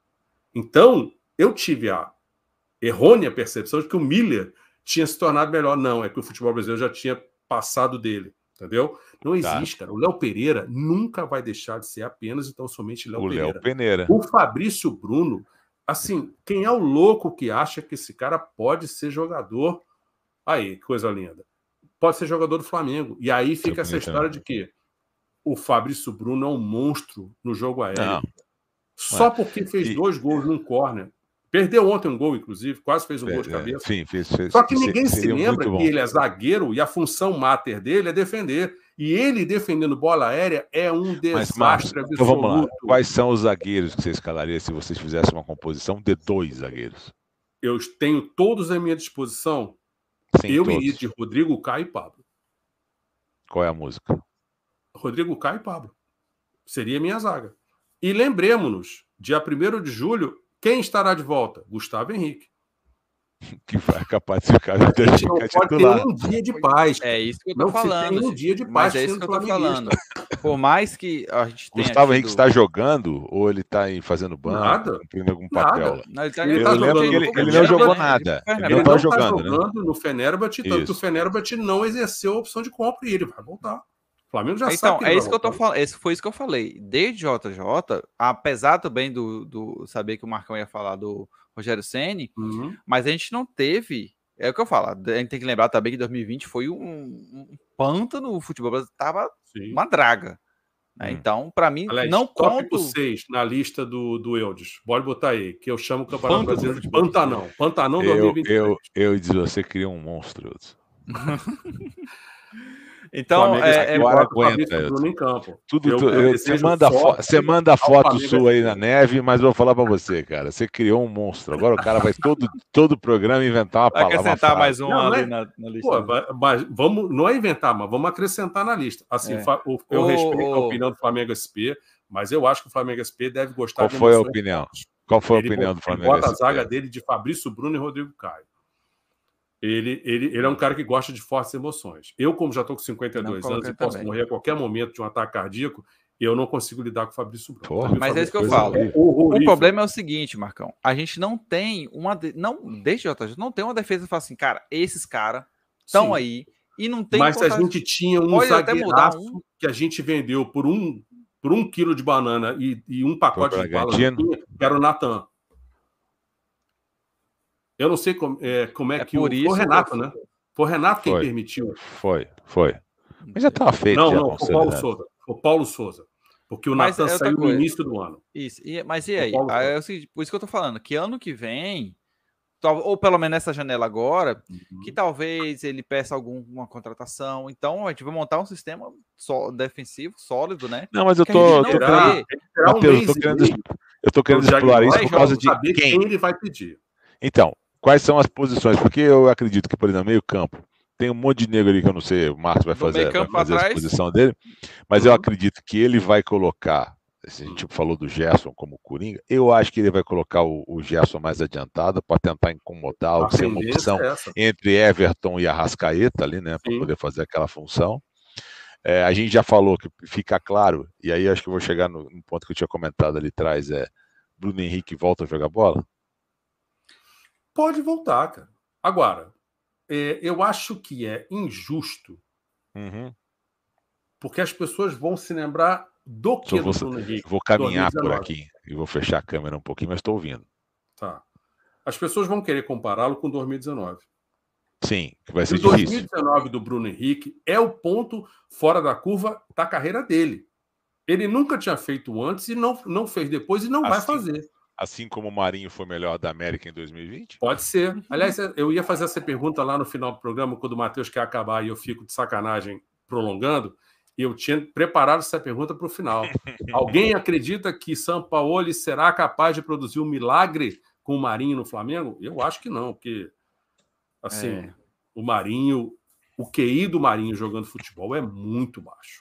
Então, eu tive a errônea percepção de que o Miller tinha se tornado melhor. Não, é que o futebol brasileiro já tinha passado dele. Entendeu? Não existe, tá. cara. O Léo Pereira nunca vai deixar de ser apenas, então, somente Léo Pereira. Léo Pereira. O Fabrício Bruno, assim, quem é o louco que acha que esse cara pode ser jogador? Aí, que coisa linda. Pode ser jogador do Flamengo. E aí fica essa história de que o Fabrício Bruno é um monstro no jogo aéreo. Não. Só porque fez e... dois gols num córner. Perdeu ontem um gol, inclusive. Quase fez um é, gol de cabeça. Sim, fez, fez, Só que ninguém se lembra que ele é zagueiro e a função máter dele é defender. E ele defendendo bola aérea é um desastre Mas, Marcos, absoluto. Então vamos lá. Quais são os zagueiros que você escalaria se vocês fizessem uma composição de dois zagueiros? Eu tenho todos à minha disposição. Sim, eu todos. iria de Rodrigo Caio e Pablo. Qual é a música? Rodrigo Caio e Pablo. Seria minha zaga. E lembremos-nos, dia primeiro de julho, quem estará de volta? Gustavo Henrique. Que vai capaz de ficar, de a gente não pode titular. ter um dia de paz. É isso que eu tô não falando. Não tem um dia de paz. Mas é isso que eu tô falando. Por mais que a gente tenha Gustavo tido... Henrique está jogando ou ele está fazendo banco, nada, cumprindo algum papel? Não, ele, tá, ele, ele, tá jogando, ele, ele, ele não jogou nada. Ele, ele não está jogando, jogando né? no Fenerbahçe, tanto que o Fenerbahçe não exerceu a opção de compra e ele vai voltar. O Flamengo já então, sabe que é ele isso vai que eu tô voltar. falando. Foi isso que eu falei. Desde J J, apesar também do, do saber que o Marcão ia falar do Rogério Ceni, Uhum. mas a gente não teve. É o que eu falo. A gente tem que lembrar também que dois mil e vinte foi um, um pântano. O futebol brasileiro tava Sim. uma draga. Né? Hum. Então, para mim, Aliás, não tópico conto. seis na lista do, do Eudes. Pode botar aí, que eu chamo o Campeonato Pântano do Brasileiro de futebol Pantanão. Pantanão Eu, dois mil e vinte e três. eu, eu e diz, você cria um monstro. Então, Flamengo é, é, agora bota o aguenta, Fabrício Bruno em campo. Tudo, Eu tu- eu- você desejo manda, fo- sorte você manda ao foto Flamengo sua aí esse na ano. neve, mas eu vou falar pra você, cara. Você criou um monstro. Agora o cara vai todo, todo programa inventar uma vai palavra. uma acrescentar frase. mais um Não, não ali é- na, na lista. Pô, né? vai- mas vamos, não é inventar, mas vamos acrescentar na lista. Assim, É. fa- o- eu O- respeito a o- opinião do Flamengo S P, mas eu acho que o Flamengo S P deve gostar Qual de foi a emoções opinião? fortes. Qual foi a Ele opinião bota- do Flamengo? Ele bota a S P? zaga dele de Fabrício Bruno e Rodrigo Caio. Ele, ele, ele é um cara que gosta de fortes emoções. Eu, como já estou com cinquenta e dois Não anos coloquei e posso também. morrer a qualquer momento de um ataque cardíaco, eu não consigo lidar com o Fabrício Bruno. Porra, Pra mim, o Mas é isso que eu Fabrício falo. Bruno é horrorível. O problema é o seguinte, Marcão. A gente não tem uma. de- Não, desde J J, não tem uma defesa que fala assim, cara, esses caras estão Sim. aí e não tem. Mas a contra- gente tinha um Pode até mudar zagueiraço um. que a gente vendeu por um, por um quilo de banana e, e um pacote Foi de bala, Bragantino? que era o Natan. Eu não sei como é, como é, É que o, por foi isso o Renato, que eu- né? Foi o Renato quem Foi. permitiu. Foi, foi. Mas já estava feito. Não, já, não, foi o Paulo consolidado. Souza. Foi o Paulo Souza. Porque o Mas Natan é outra saiu no coisa. início do ano. Isso. E- mas e O aí? Paulo Aí Souza. é o seguinte, por isso que eu tô falando, que ano que vem, tal- ou pelo menos nessa janela agora, que talvez ele peça alguma contratação. Então a gente vai montar um sistema só, defensivo, sólido, né? Não, mas eu Que a tô, gente eu não tô Terá, querendo. vê. ele terá um Matheus, eu mês tô e querendo, meio eu tô querendo pro explorar isso Jaguar por causa de saber quem. quem ele vai pedir. Então, quais são as posições? Porque eu acredito que, por exemplo, meio campo, tem um monte de negro ali que eu não sei, o Marcos vai Do fazer, meio vai campo pra fazer a trás. exposição dele, mas eu Uhum. acredito que ele vai colocar, se a gente falou do Gerson como Coringa, eu acho que ele vai colocar o, o Gerson mais adiantado para tentar incomodar, A ou ser uma tendência opção é essa. entre Everton e Arrascaeta ali, né, para Sim. poder fazer aquela função. É, a gente já falou que fica claro, e aí acho que eu vou chegar no, no ponto que eu tinha comentado ali atrás, é Bruno Henrique volta a jogar bola? Pode voltar, cara. Agora, é, eu acho que é injusto, Uhum. porque as pessoas vão se lembrar do que Só do vou, Bruno Henrique. vou caminhar dois mil e por dezenove. aqui e vou fechar a câmera um pouquinho, mas estou ouvindo. Tá. As pessoas vão querer compará-lo com dois mil e dezenove. Sim, que vai E ser o dois mil e difícil. dezenove do Bruno Henrique é o ponto fora da curva da carreira dele. Ele nunca tinha feito antes e não, não fez depois e não vai Assim- fazer. Assim como o Marinho foi melhor da América em dois mil e vinte? Pode ser. Aliás, eu ia fazer essa pergunta lá no final do programa, quando o Matheus quer acabar e eu fico de sacanagem prolongando. E eu tinha preparado essa pergunta para o final. Alguém acredita que Sampaoli será capaz de produzir um milagre com o Marinho no Flamengo? Eu acho que não, porque assim, É. o Marinho, o Q I do Marinho jogando futebol é muito baixo.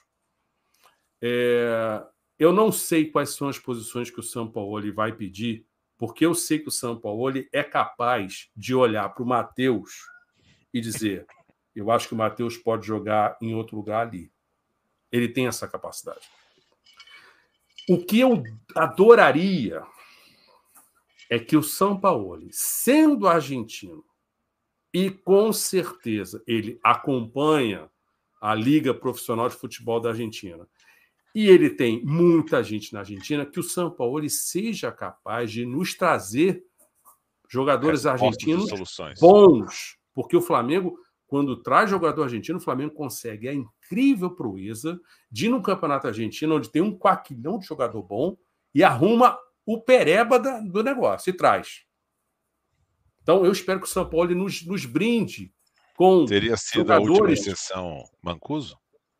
É, eu não sei quais são as posições que o Sampaoli vai pedir, porque eu sei que o Sampaoli é capaz de olhar para o Matheus e dizer: eu acho que o Matheus pode jogar em outro lugar ali. Ele tem essa capacidade. O que eu adoraria é que o Sampaoli, sendo argentino, e com certeza ele acompanha a Liga Profissional de Futebol da Argentina, e ele tem muita gente na Argentina, que o Sampaoli seja capaz de nos trazer jogadores Respostas e argentinos soluções. bons, porque o Flamengo, quando traz jogador argentino, o Flamengo consegue a incrível proeza de ir no Campeonato Argentino, onde tem um quaquilhão de jogador bom, e arruma o pereba da, do negócio, e traz. Então, eu espero que o Sampaoli nos, nos brinde com Teria sido a última jogadores... exceção Mancuso?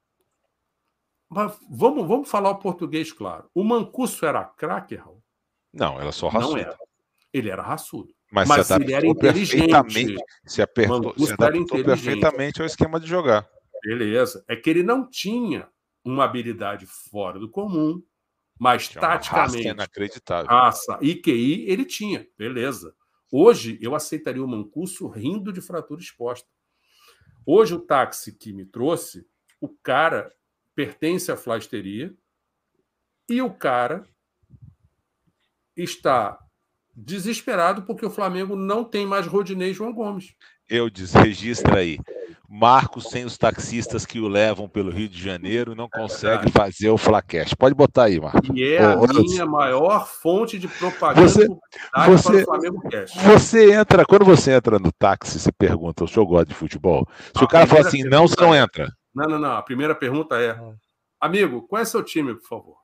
Mas vamos, vamos falar o português, claro. O Mancuso era craque, Raul? Não, ela só Não raçuda. era. Ele era raçudo. Mas, Mas se ele era adaptou inteligente. perfeitamente. Se, apertou, Mancuso se era adaptou inteligente. perfeitamente ao esquema de jogar. Beleza. É que ele não tinha uma habilidade fora do comum, mas Tinha uma raça taticamente, inacreditável. raça e Q I, ele tinha. Beleza. Hoje, eu aceitaria o Mancuso rindo de fratura exposta. Hoje, o táxi que me trouxe, o cara pertence à flasteria e o cara está desesperado porque o Flamengo não tem mais Rodinei e João Gomes. Eu disse, registra aí. Marcos sem os taxistas que o levam pelo Rio de Janeiro não consegue fazer o Flacast. Pode botar aí, Marcos. E é a Ô, minha ô, maior fonte de propaganda você, você, você, para o Flamengo Cast. Você entra, quando você entra no táxi, você pergunta, o senhor gosta de futebol? Se a o cara fala assim, não, você não é, entra. Não, não, não. A primeira pergunta é, amigo, qual é seu time, por favor?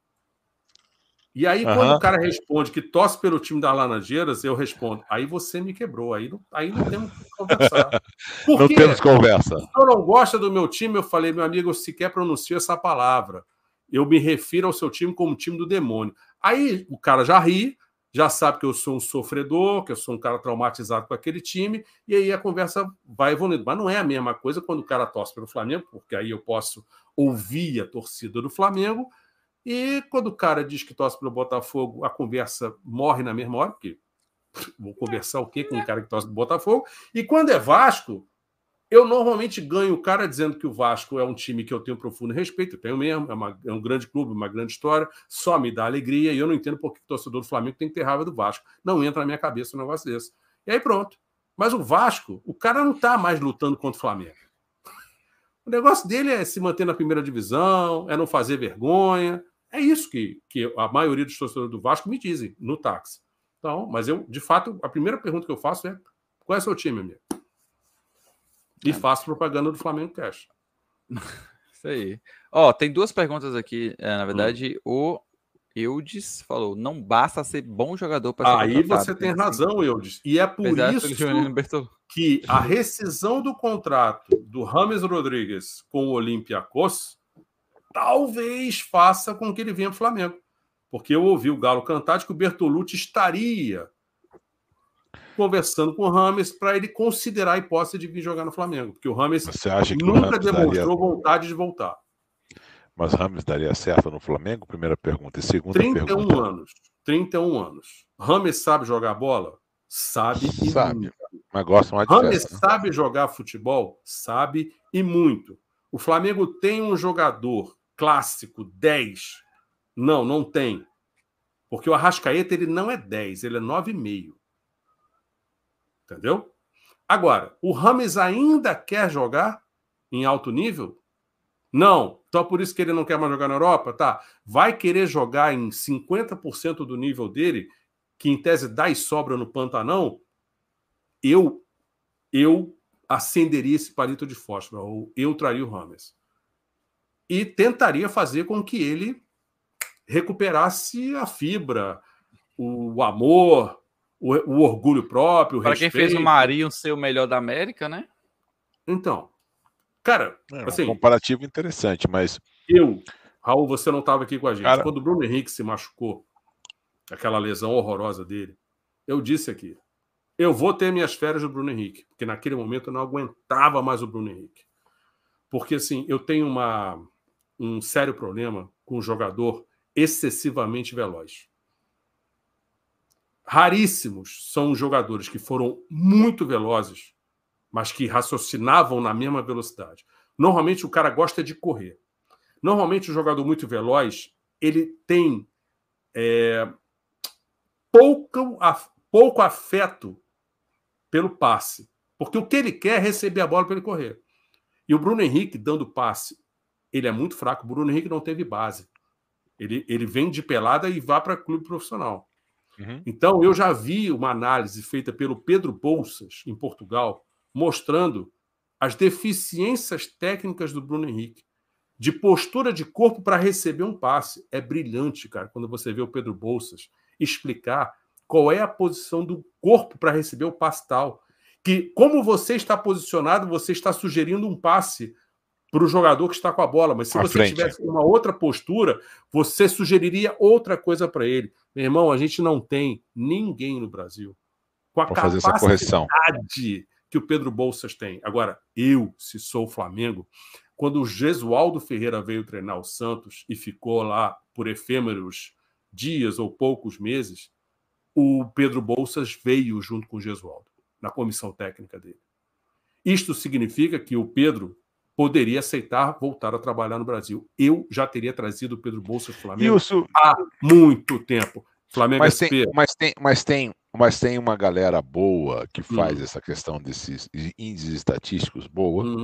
E aí, uhum. quando o cara responde que torce pelo time das Laranjeiras, eu respondo, aí você me quebrou, aí não, aí não temos que conversar. Por não quê? temos conversa. Se eu não gosta do meu time, eu falei, meu amigo, eu sequer pronuncio essa palavra. Eu me refiro ao seu time como time do demônio. Aí o cara já ri, já sabe que eu sou um sofredor, que eu sou um cara traumatizado com aquele time, e aí a conversa vai evoluindo. Mas não é a mesma coisa quando o cara torce pelo Flamengo, porque aí eu posso ouvir a torcida do Flamengo. E quando o cara diz que torce pelo Botafogo, a conversa morre na mesma hora, porque vou conversar o quê com um cara que torce pelo Botafogo? E quando é Vasco, eu normalmente ganho o cara dizendo que o Vasco é um time que eu tenho profundo respeito, eu tenho mesmo, é, uma, é um grande clube, uma grande história, só me dá alegria, e eu não entendo por que o torcedor do Flamengo tem que ter raiva do Vasco. Não entra na minha cabeça um negócio desse. E aí pronto. Mas o Vasco, o cara não está mais lutando contra o Flamengo. O negócio dele é se manter na primeira divisão, é não fazer vergonha. É isso que, que a maioria dos torcedores do Vasco me dizem no táxi. Então, mas eu, de fato, a primeira pergunta que eu faço é: qual é o seu time, amigo? E é. faço propaganda do Flamengo Cash. Isso aí. Ó, tem duas perguntas aqui. É, na verdade, hum. o Eudes falou: não basta ser bom jogador para ser Aí contratado. Você tem razão, Eudes. E é por Apesar isso que a rescisão do contrato do James Rodrigues com o Olympiacos talvez faça com que ele venha para o Flamengo. Porque eu ouvi o Galo cantar de que o Bertolucci estaria conversando com o Rames para ele considerar a hipótese de vir jogar no Flamengo. Porque o Rames nunca o Rames demonstrou daria... vontade de voltar. Mas o Rames daria certo no Flamengo? Primeira pergunta. E segunda trinta e um pergunta. anos. trinta e um anos. Rames sabe jogar bola? Sabe e sabe. muito. Mas gosta mais de Rames festa, né? sabe jogar futebol? Sabe e muito. O Flamengo tem um jogador clássico dez? Não, não tem. Porque o Arrascaeta ele não é dez, ele é nove vírgula cinco. Entendeu? Agora, o Rames ainda quer jogar em alto nível? Não. Então, por isso que ele não quer mais jogar na Europa? Tá. Vai querer jogar em cinquenta por cento do nível dele, que em tese dá e sobra no Pantanão? Eu, eu acenderia esse palito de fósforo, ou eu traria o Rames. E tentaria fazer com que ele recuperasse a fibra, o amor, o, o orgulho próprio, o Para respeito. quem fez o Marinho ser o melhor da América, né? Então, cara, é, assim... Um comparativo interessante, mas... Eu, Raul, você não estava aqui com a gente. Cara... Quando o Bruno Henrique se machucou, aquela lesão horrorosa dele, eu disse aqui, eu vou ter minhas férias do Bruno Henrique, porque naquele momento eu não aguentava mais o Bruno Henrique. Porque, assim, eu tenho uma... um sério problema com um jogador excessivamente veloz. Raríssimos são os jogadores que foram muito velozes, mas que raciocinavam na mesma velocidade. Normalmente o cara gosta de correr. Normalmente o jogador muito veloz, ele tem é, pouco, pouco afeto pelo passe. Porque o que ele quer é receber a bola para ele correr. E o Bruno Henrique, dando passe, ele é muito fraco. O Bruno Henrique não teve base. Ele, ele vem de pelada e vai para clube profissional. Uhum. Então, eu já vi uma análise feita pelo Pedro Bolsas, em Portugal, mostrando as deficiências técnicas do Bruno Henrique, de postura de corpo para receber um passe. É brilhante, cara, quando você vê o Pedro Bolsas explicar qual é a posição do corpo para receber o passe tal. Que, como você está posicionado, você está sugerindo um passe para o jogador que está com a bola, mas se você frente. tivesse uma outra postura, você sugeriria outra coisa para ele. Meu irmão, a gente não tem ninguém no Brasil com a pra capacidade que o Pedro Bolsas tem. Agora, eu, se sou o Flamengo, quando o Gesualdo Ferreira veio treinar o Santos e ficou lá por efêmeros dias ou poucos meses, o Pedro Bolsas veio junto com o Gesualdo, na comissão técnica dele. Isto significa que o Pedro poderia aceitar voltar a trabalhar no Brasil. Eu já teria trazido o Pedro Bolsas para o Flamengo Isso... há muito tempo. Flamengo mas, tem, mas, tem, mas, tem, mas tem uma galera boa que faz hum. essa questão desses índices estatísticos boa, uhum.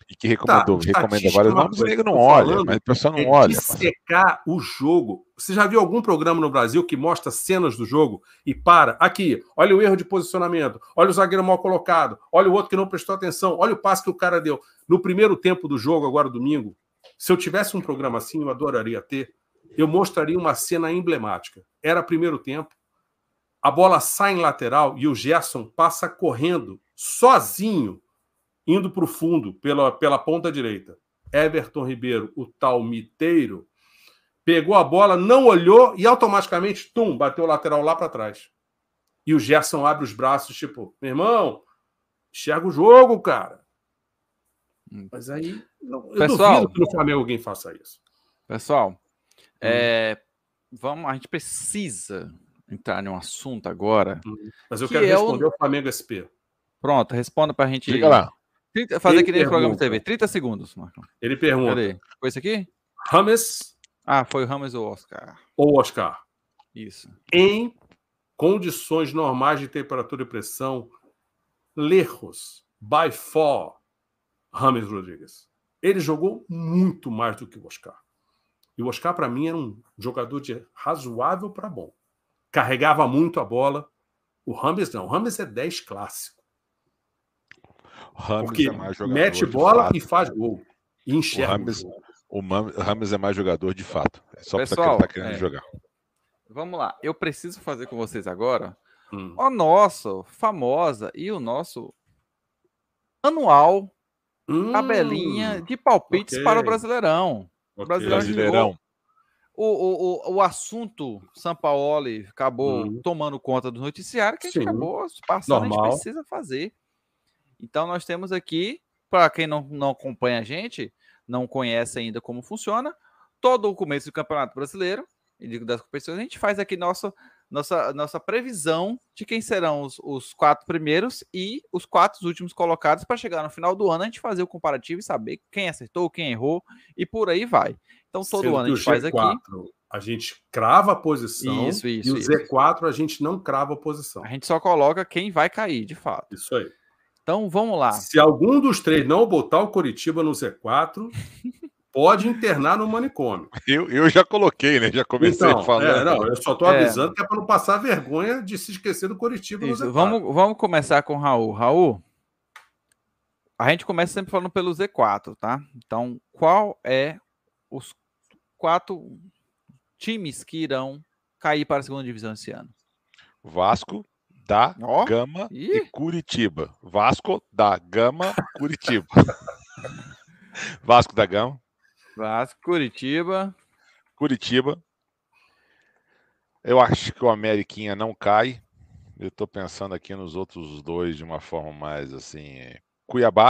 E que recomendou, Tá, recomenda vários estatística é uma nomes, o coisa, nego não tô olha, falando mas o pessoal não é olha. parceiro. dissecar o jogo. Você já viu algum programa no Brasil que mostra cenas do jogo e para? Aqui, olha o erro de posicionamento, olha o zagueiro mal colocado, olha o outro que não prestou atenção, olha o passe que o cara deu. No primeiro tempo do jogo, agora domingo, se eu tivesse um programa assim, eu adoraria ter, eu mostraria uma cena emblemática. Era primeiro tempo, a bola sai em lateral e o Gerson passa correndo, sozinho, indo para o fundo, pela, pela ponta direita. Everton Ribeiro, o tal miteiro, pegou a bola, não olhou e automaticamente, tum, bateu o lateral lá para trás. E o Gerson abre os braços, tipo, meu irmão, enxerga o jogo, cara. Hum. Mas aí, não, eu pessoal, duvido que no Flamengo alguém faça isso. Pessoal, hum. é, vamos, a gente precisa entrar num assunto agora. Hum. Mas eu quero é responder o... o Flamengo S P. Pronto, responda pra gente. Diga lá. trinta, fazer ele que nem pergunta, programa de T V. trinta segundos, Marcão. Ele pergunta. Cadê? Foi isso aqui? Rames. Ah, foi o Rames ou Oscar? Ou Oscar. Isso. Em condições normais de temperatura e pressão, lejos, by far, Rames Rodrigues. Ele jogou muito mais do que o Oscar. E o Oscar, para mim, era um jogador de razoável para bom. Carregava muito a bola. O Rames não. O Rames é dez clássico. Rames Porque é mais jogador mete bola fato. e faz gol. E enxerga o Rames, o jogo. O Rames é mais jogador de fato. É só porque ele tá querendo é. jogar. Vamos lá. Eu preciso fazer com vocês agora hum. a nossa famosa e o nosso anual hum. tabelinha de palpites okay. para o Brasileirão. Okay. O Brasileirão. Brasileirão. O, o, o, o assunto Sampaoli acabou hum. tomando conta do noticiário que a gente Sim. acabou passando, Normal. A gente precisa fazer. Então, nós temos aqui, para quem não, não acompanha a gente, não conhece ainda como funciona, todo o começo do Campeonato Brasileiro e das competições, a gente faz aqui nossa, nossa, nossa previsão de quem serão os, os quatro primeiros e os quatro últimos colocados para chegar no final do ano, a gente fazer o comparativo e saber quem acertou, quem errou e por aí vai. Então, todo Sendo ano a gente faz G quatro, aqui. A gente crava a posição isso, isso, e o isso. Z quatro a gente não crava a posição. A gente só coloca quem vai cair, de fato. Isso aí. Então, vamos lá. Se algum dos três não botar o Coritiba no Z quatro, pode internar no manicômio. Eu, eu já coloquei, né? Já comecei então, falando. É, não, eu só estou avisando é. que é para não passar vergonha de se esquecer do Coritiba Isso, no Z quatro. Vamos, vamos começar com o Raul. Raul, a gente começa sempre falando pelo Z quatro, tá? Então, qual é os quatro times que irão cair para a segunda divisão esse ano? Vasco, da oh. Gama Ih. e Curitiba. Vasco, da Gama, Curitiba. Vasco da Gama. Vasco, Curitiba. Curitiba. Eu acho que o Ameriquinha não cai. Eu estou pensando aqui nos outros dois de uma forma mais assim. Cuiabá.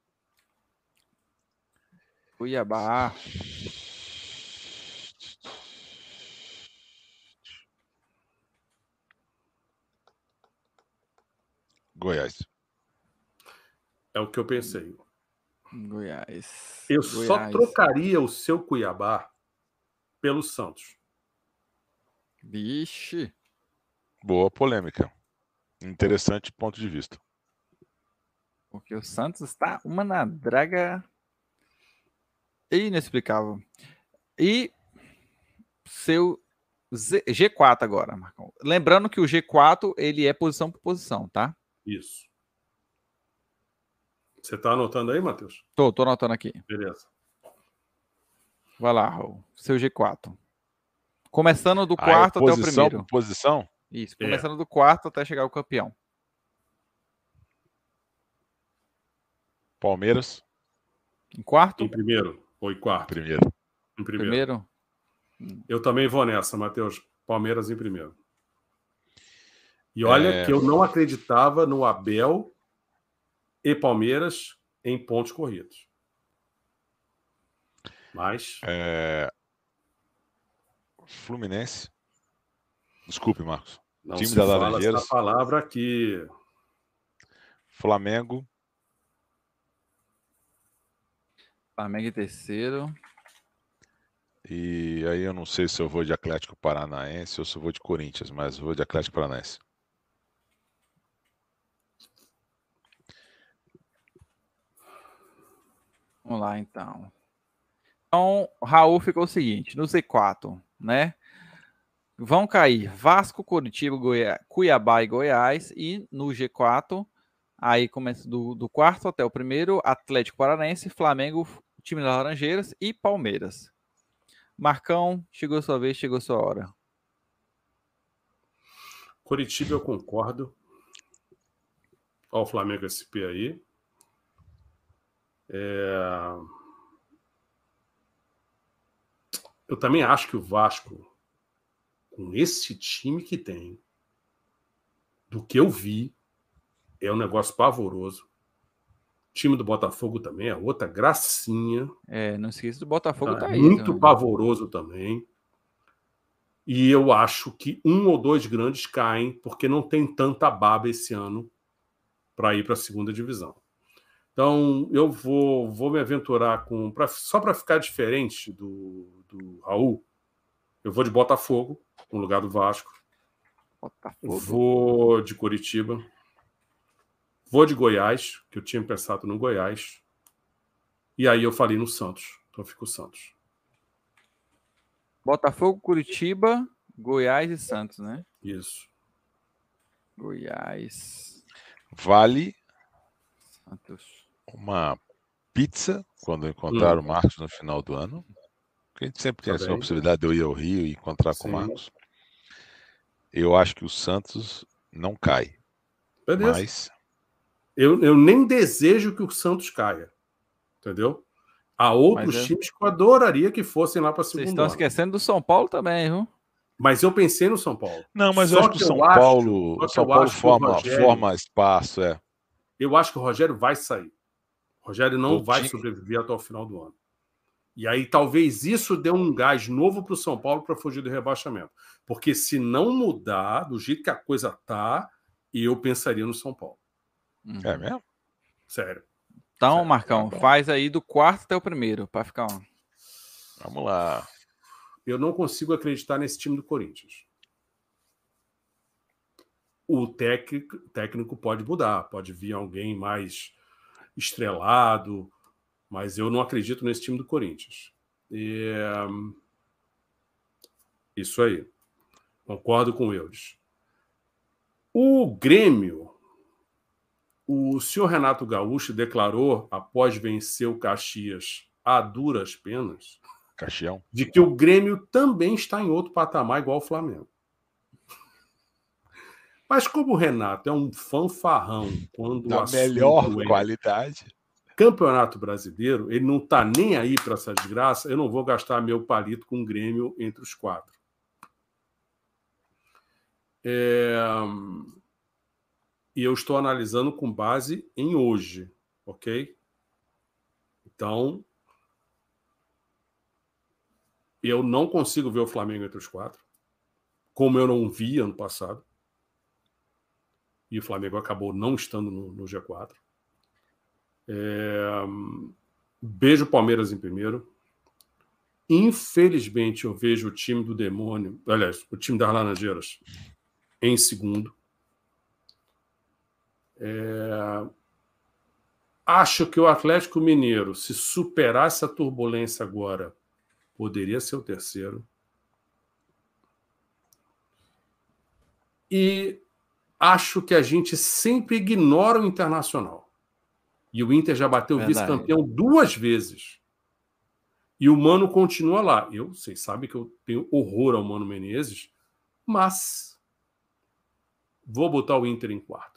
Cuiabá. Goiás. É o que eu pensei. Goiás. Eu Goiás. só trocaria o seu Cuiabá pelo Santos. Vixe. Boa polêmica. Interessante ponto de vista. Porque o Santos está uma na draga inexplicável. E seu Z... G quatro agora, Marcão. Lembrando que o G quatro ele é posição por posição, tá? Isso. Você tá anotando aí, Matheus? Tô, tô anotando aqui. Beleza. Vai lá, Raul. Seu G quatro. Começando do ah, quarto é até o primeiro. Posição? Isso, começando é. do quarto até chegar o campeão. Palmeiras. Em quarto? Em primeiro ou em quarto? Em primeiro. Em primeiro. primeiro? Eu também vou nessa, Matheus. Palmeiras em primeiro. E olha é... que eu não acreditava no Abel e Palmeiras em pontos corridos. Mas... É... Fluminense. Desculpe, Marcos. Não Time se da fala Laranjeiras. essa palavra aqui. Flamengo. Flamengo em terceiro. E aí eu não sei se eu vou de Atlético Paranaense ou se eu vou de Corinthians, mas eu vou de Atlético Paranaense. Vamos lá, então. Então, Raul ficou o seguinte, no Z quatro, né? Vão cair Vasco, Curitiba, Goiá, Cuiabá e Goiás. E no G quatro, aí começa do, do quarto até o primeiro, Atlético Paranaense, Flamengo, time das Laranjeiras e Palmeiras. Marcão, chegou a sua vez, chegou a sua hora. Curitiba eu concordo. Olha o Flamengo S P aí. É... Eu também acho que o Vasco, com esse time que tem, do que eu vi, é um negócio pavoroso. O time do Botafogo também é outra gracinha. É, não esqueça do Botafogo, Tá tá aí. muito também. pavoroso também. E eu acho que um ou dois grandes caem, porque não tem tanta baba esse ano para ir para a segunda divisão. Então, eu vou, vou me aventurar com... Pra, só para ficar diferente do, do Raul, eu vou de Botafogo, no lugar do Vasco. Botafogo. Vou de Curitiba. Vou de Goiás, que eu tinha pensado no Goiás. E aí eu falei no Santos. Então fica o Santos. Botafogo, Curitiba, Goiás e Santos, né? Isso. Goiás. Vale Santos. uma pizza quando encontrar Hum. o Marcos no final do ano. Porque a gente sempre tem Tá assim, bem. a possibilidade de eu ir ao Rio e encontrar com o Sim. Marcos. Eu acho que o Santos não cai. Beleza. Mas Eu, eu nem desejo que o Santos caia. Entendeu? Há outros Mas é- times que eu adoraria que fossem lá para a Vocês segunda estão ano. esquecendo do São Paulo também, viu? Mas eu pensei no São Paulo. não, mas eu Só acho que o que São eu acho- Paulo, só o que São eu Paulo acho que o forma, Rogério- forma espaço, é. Eu acho que o Rogério vai sair. O Rogério não O vai time- sobreviver até o final do ano. E aí talvez isso dê um gás novo para o São Paulo para fugir do rebaixamento. Porque se não mudar do jeito que a coisa tá, eu pensaria no São Paulo. Uhum. É mesmo? Sério. Então, Certo. Marcão, Tá bom. faz aí do quarto até o primeiro, para ficar um. Vamos lá. Eu não consigo acreditar nesse time do Corinthians. O técnico, técnico pode mudar, pode vir alguém mais estrelado, mas eu não acredito nesse time do Corinthians. E, hum, isso aí. Concordo com eles. O Grêmio, o senhor Renato Gaúcho declarou, após vencer o Caxias a duras penas, Caxião. de que o Grêmio também está em outro patamar igual o Flamengo. Mas como o Renato é um fanfarrão quando o Da assunto melhor é qualidade. Campeonato Brasileiro, ele não está nem aí para essa desgraça, eu não vou gastar meu palito com o Grêmio entre os quatro. É... E eu estou analisando com base em hoje, ok? Então, eu não consigo ver o Flamengo entre os quatro, como eu não vi ano passado. E o Flamengo acabou não estando no, no G quatro. É... Beijo o Palmeiras em primeiro. Infelizmente, eu vejo o time do demônio, aliás, o time das Laranjeiras, em segundo. É... Acho que o Atlético Mineiro, se superar essa turbulência agora, poderia ser o terceiro. E acho que a gente sempre ignora o Internacional. E o Inter já bateu Verdade. vice-campeão duas vezes. E o Mano continua lá. Eu, vocês sabem que eu tenho horror ao Mano Menezes, mas vou botar o Inter em quarto.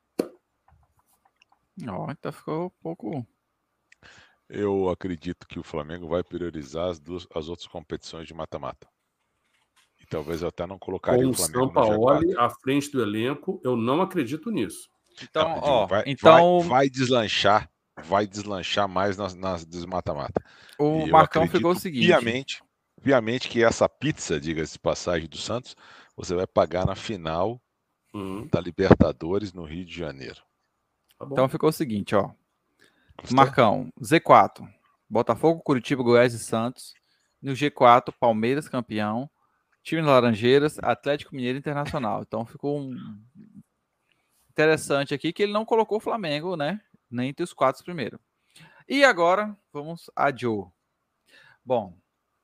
Ó, então ficou um pouco. Eu acredito que o Flamengo vai priorizar as, duas, as outras competições de mata-mata. E talvez eu até não colocaria Com o o Flamengo no G Sampaoli quatro. à frente do elenco, eu não acredito nisso. Então, Não, eu digo, ó, vai, então vai, vai deslanchar, vai deslanchar mais nas, nas desmata-mata. o E eu Marcão acredito ficou o seguinte. piamente, piamente que essa pizza, diga-se de passagem, do Santos, você vai pagar na final Hum, da Libertadores no Rio de Janeiro. tá bom. Então ficou o seguinte, ó. Gostou? Marcão, Z quatro. Botafogo, Curitiba, Goiás e Santos. No G quatro, Palmeiras campeão. Time das Laranjeiras, Atlético Mineiro Internacional. Então ficou um interessante aqui que ele não colocou o Flamengo, né? Nem entre os quatro primeiro. E agora, vamos a Joe. Bom,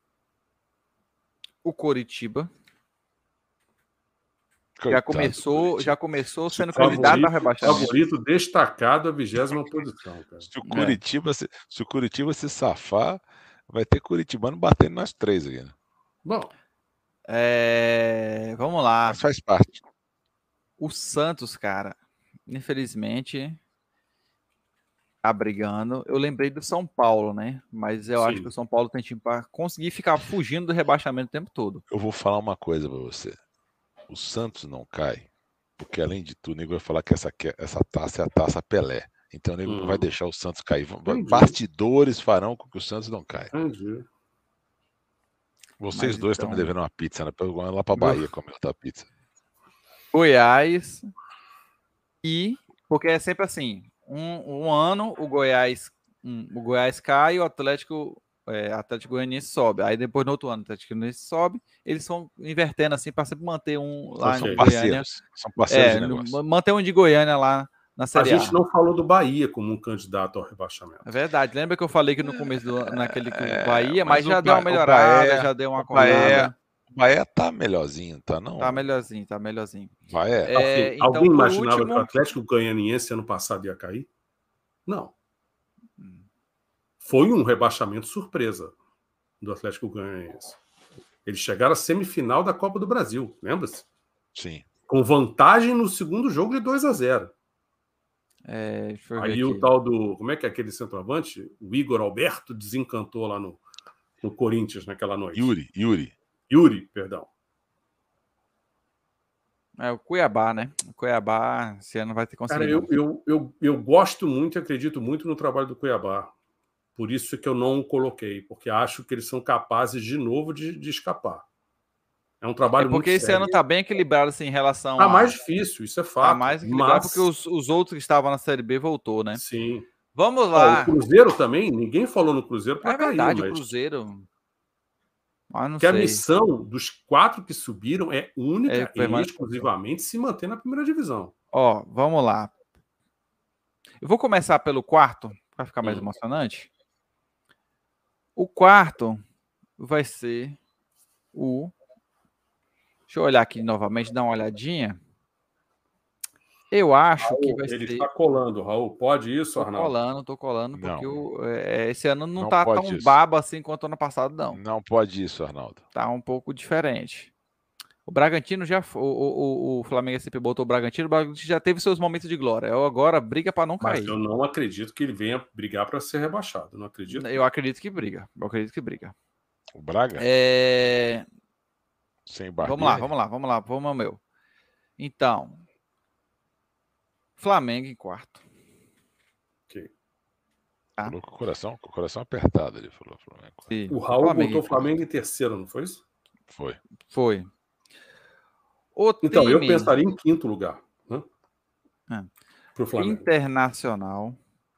o Coritiba Coitado já começou, Coritiba. já começou sendo Favorito, candidato ao rebaixamento. favorito destacado à vigésima posição, cara. Se o Curitiba, se, se o Curitiba se safar, vai ter curitibano batendo nas três aqui, né? Bom, É, vamos lá. Mas faz parte. O Santos, cara, infelizmente, tá brigando. Eu lembrei do São Paulo, né? Mas eu Sim. acho que o São Paulo tem time para conseguir ficar fugindo do rebaixamento o tempo todo. Eu vou falar uma coisa pra você. O Santos não cai, porque além de tudo, o nego vai falar que essa, essa taça é a taça Pelé. Então o nego Hum. não vai deixar o Santos cair. Entendi. Bastidores farão com que o Santos não caia. Entendi. Vocês Mas dois então- estão me devendo uma pizza, né? Eu vou lá pra Bahia comer outra pizza. Goiás e porque é sempre assim, um, um ano o Goiás, um, o Goiás cai e o Atlético, é, Atlético Goianiense sobe. Aí depois no outro ano o Atlético Goianiense sobe. Eles vão invertendo assim para sempre manter um lá São em Goiânia. parceiros. São parceiros É, de negócio. manter um de Goiânia lá na A Série A. gente não falou do Bahia como um candidato ao rebaixamento. É verdade. Lembra que eu falei que no começo do naquele que o É, Bahia, mas mas o já deu uma Ba- o melhorada, Bahia- já deu uma o Bahia- acordada. O Bahia tá melhorzinho, tá não? Tá melhorzinho, tá melhorzinho. Vai é. É, Assim, então, alguém por imaginava último- que o Atlético Goianiense ano passado ia cair? Não. Foi um rebaixamento surpresa do Atlético Goianiense. Eles chegaram à semifinal da Copa do Brasil, lembra-se? Sim. Com vantagem no segundo jogo de dois a zero. É, deixa eu ver Aí aqui. o tal do... Como é que é aquele centroavante? O Igor Alberto desencantou lá no, no Corinthians naquela noite. Yuri, Yuri. Yuri, perdão. É o Cuiabá, né? O Cuiabá esse ano vai ter Cara, conseguido. eu, eu, eu, eu gosto muito e acredito muito no trabalho do Cuiabá. Por isso que eu não o coloquei, porque acho que eles são capazes de novo de, de escapar. É um trabalho É porque muito esse sério. ano tá bem equilibrado assim, em relação Tá a... mais difícil, isso é fato. Tá mais equilibrado mas... porque os, os outros que estavam na Série B voltou, né? Sim. Vamos Ó, lá. o Cruzeiro também, ninguém falou no Cruzeiro para É cair, verdade, o mas Cruzeiro. Mas não que a sei. missão dos quatro que subiram é única É, e permane- exclusivamente se manter na primeira divisão. Ó, vamos lá. Eu vou começar pelo quarto, para ficar mais Hum. emocionante. O quarto vai ser o... Deixa eu olhar aqui novamente, dar uma olhadinha. Eu acho que vai Ele ser... está colando, Raul. Pode isso, Tô Arnaldo? colando, tô colando, Não. porque o, é, esse ano não, Não tá pode tão isso. baba assim quanto ano passado, não. Não pode isso, Arnaldo. Tá um pouco diferente. O Bragantino já... O, o, o Flamengo sempre botou o Bragantino, o Bragantino já teve seus momentos de glória. Eu agora briga para não Mas cair. eu não acredito que ele venha brigar para ser rebaixado. Não acredito. Eu acredito que briga. Eu acredito que briga. O Braga, É... sem Barbieri. Vamos lá, vamos lá, vamos lá, vamos ao meu. Então, Flamengo em quarto. Ok. Tá. Falou com o coração, com o coração apertado, ele falou. Flamengo. Sim, O Raul Flamengo botou em o Flamengo em terceiro, não foi isso? Foi. quarto. Foi. O Então, eu time pensaria em quinto lugar. Né? Ah. Para o Flamengo. Internacional.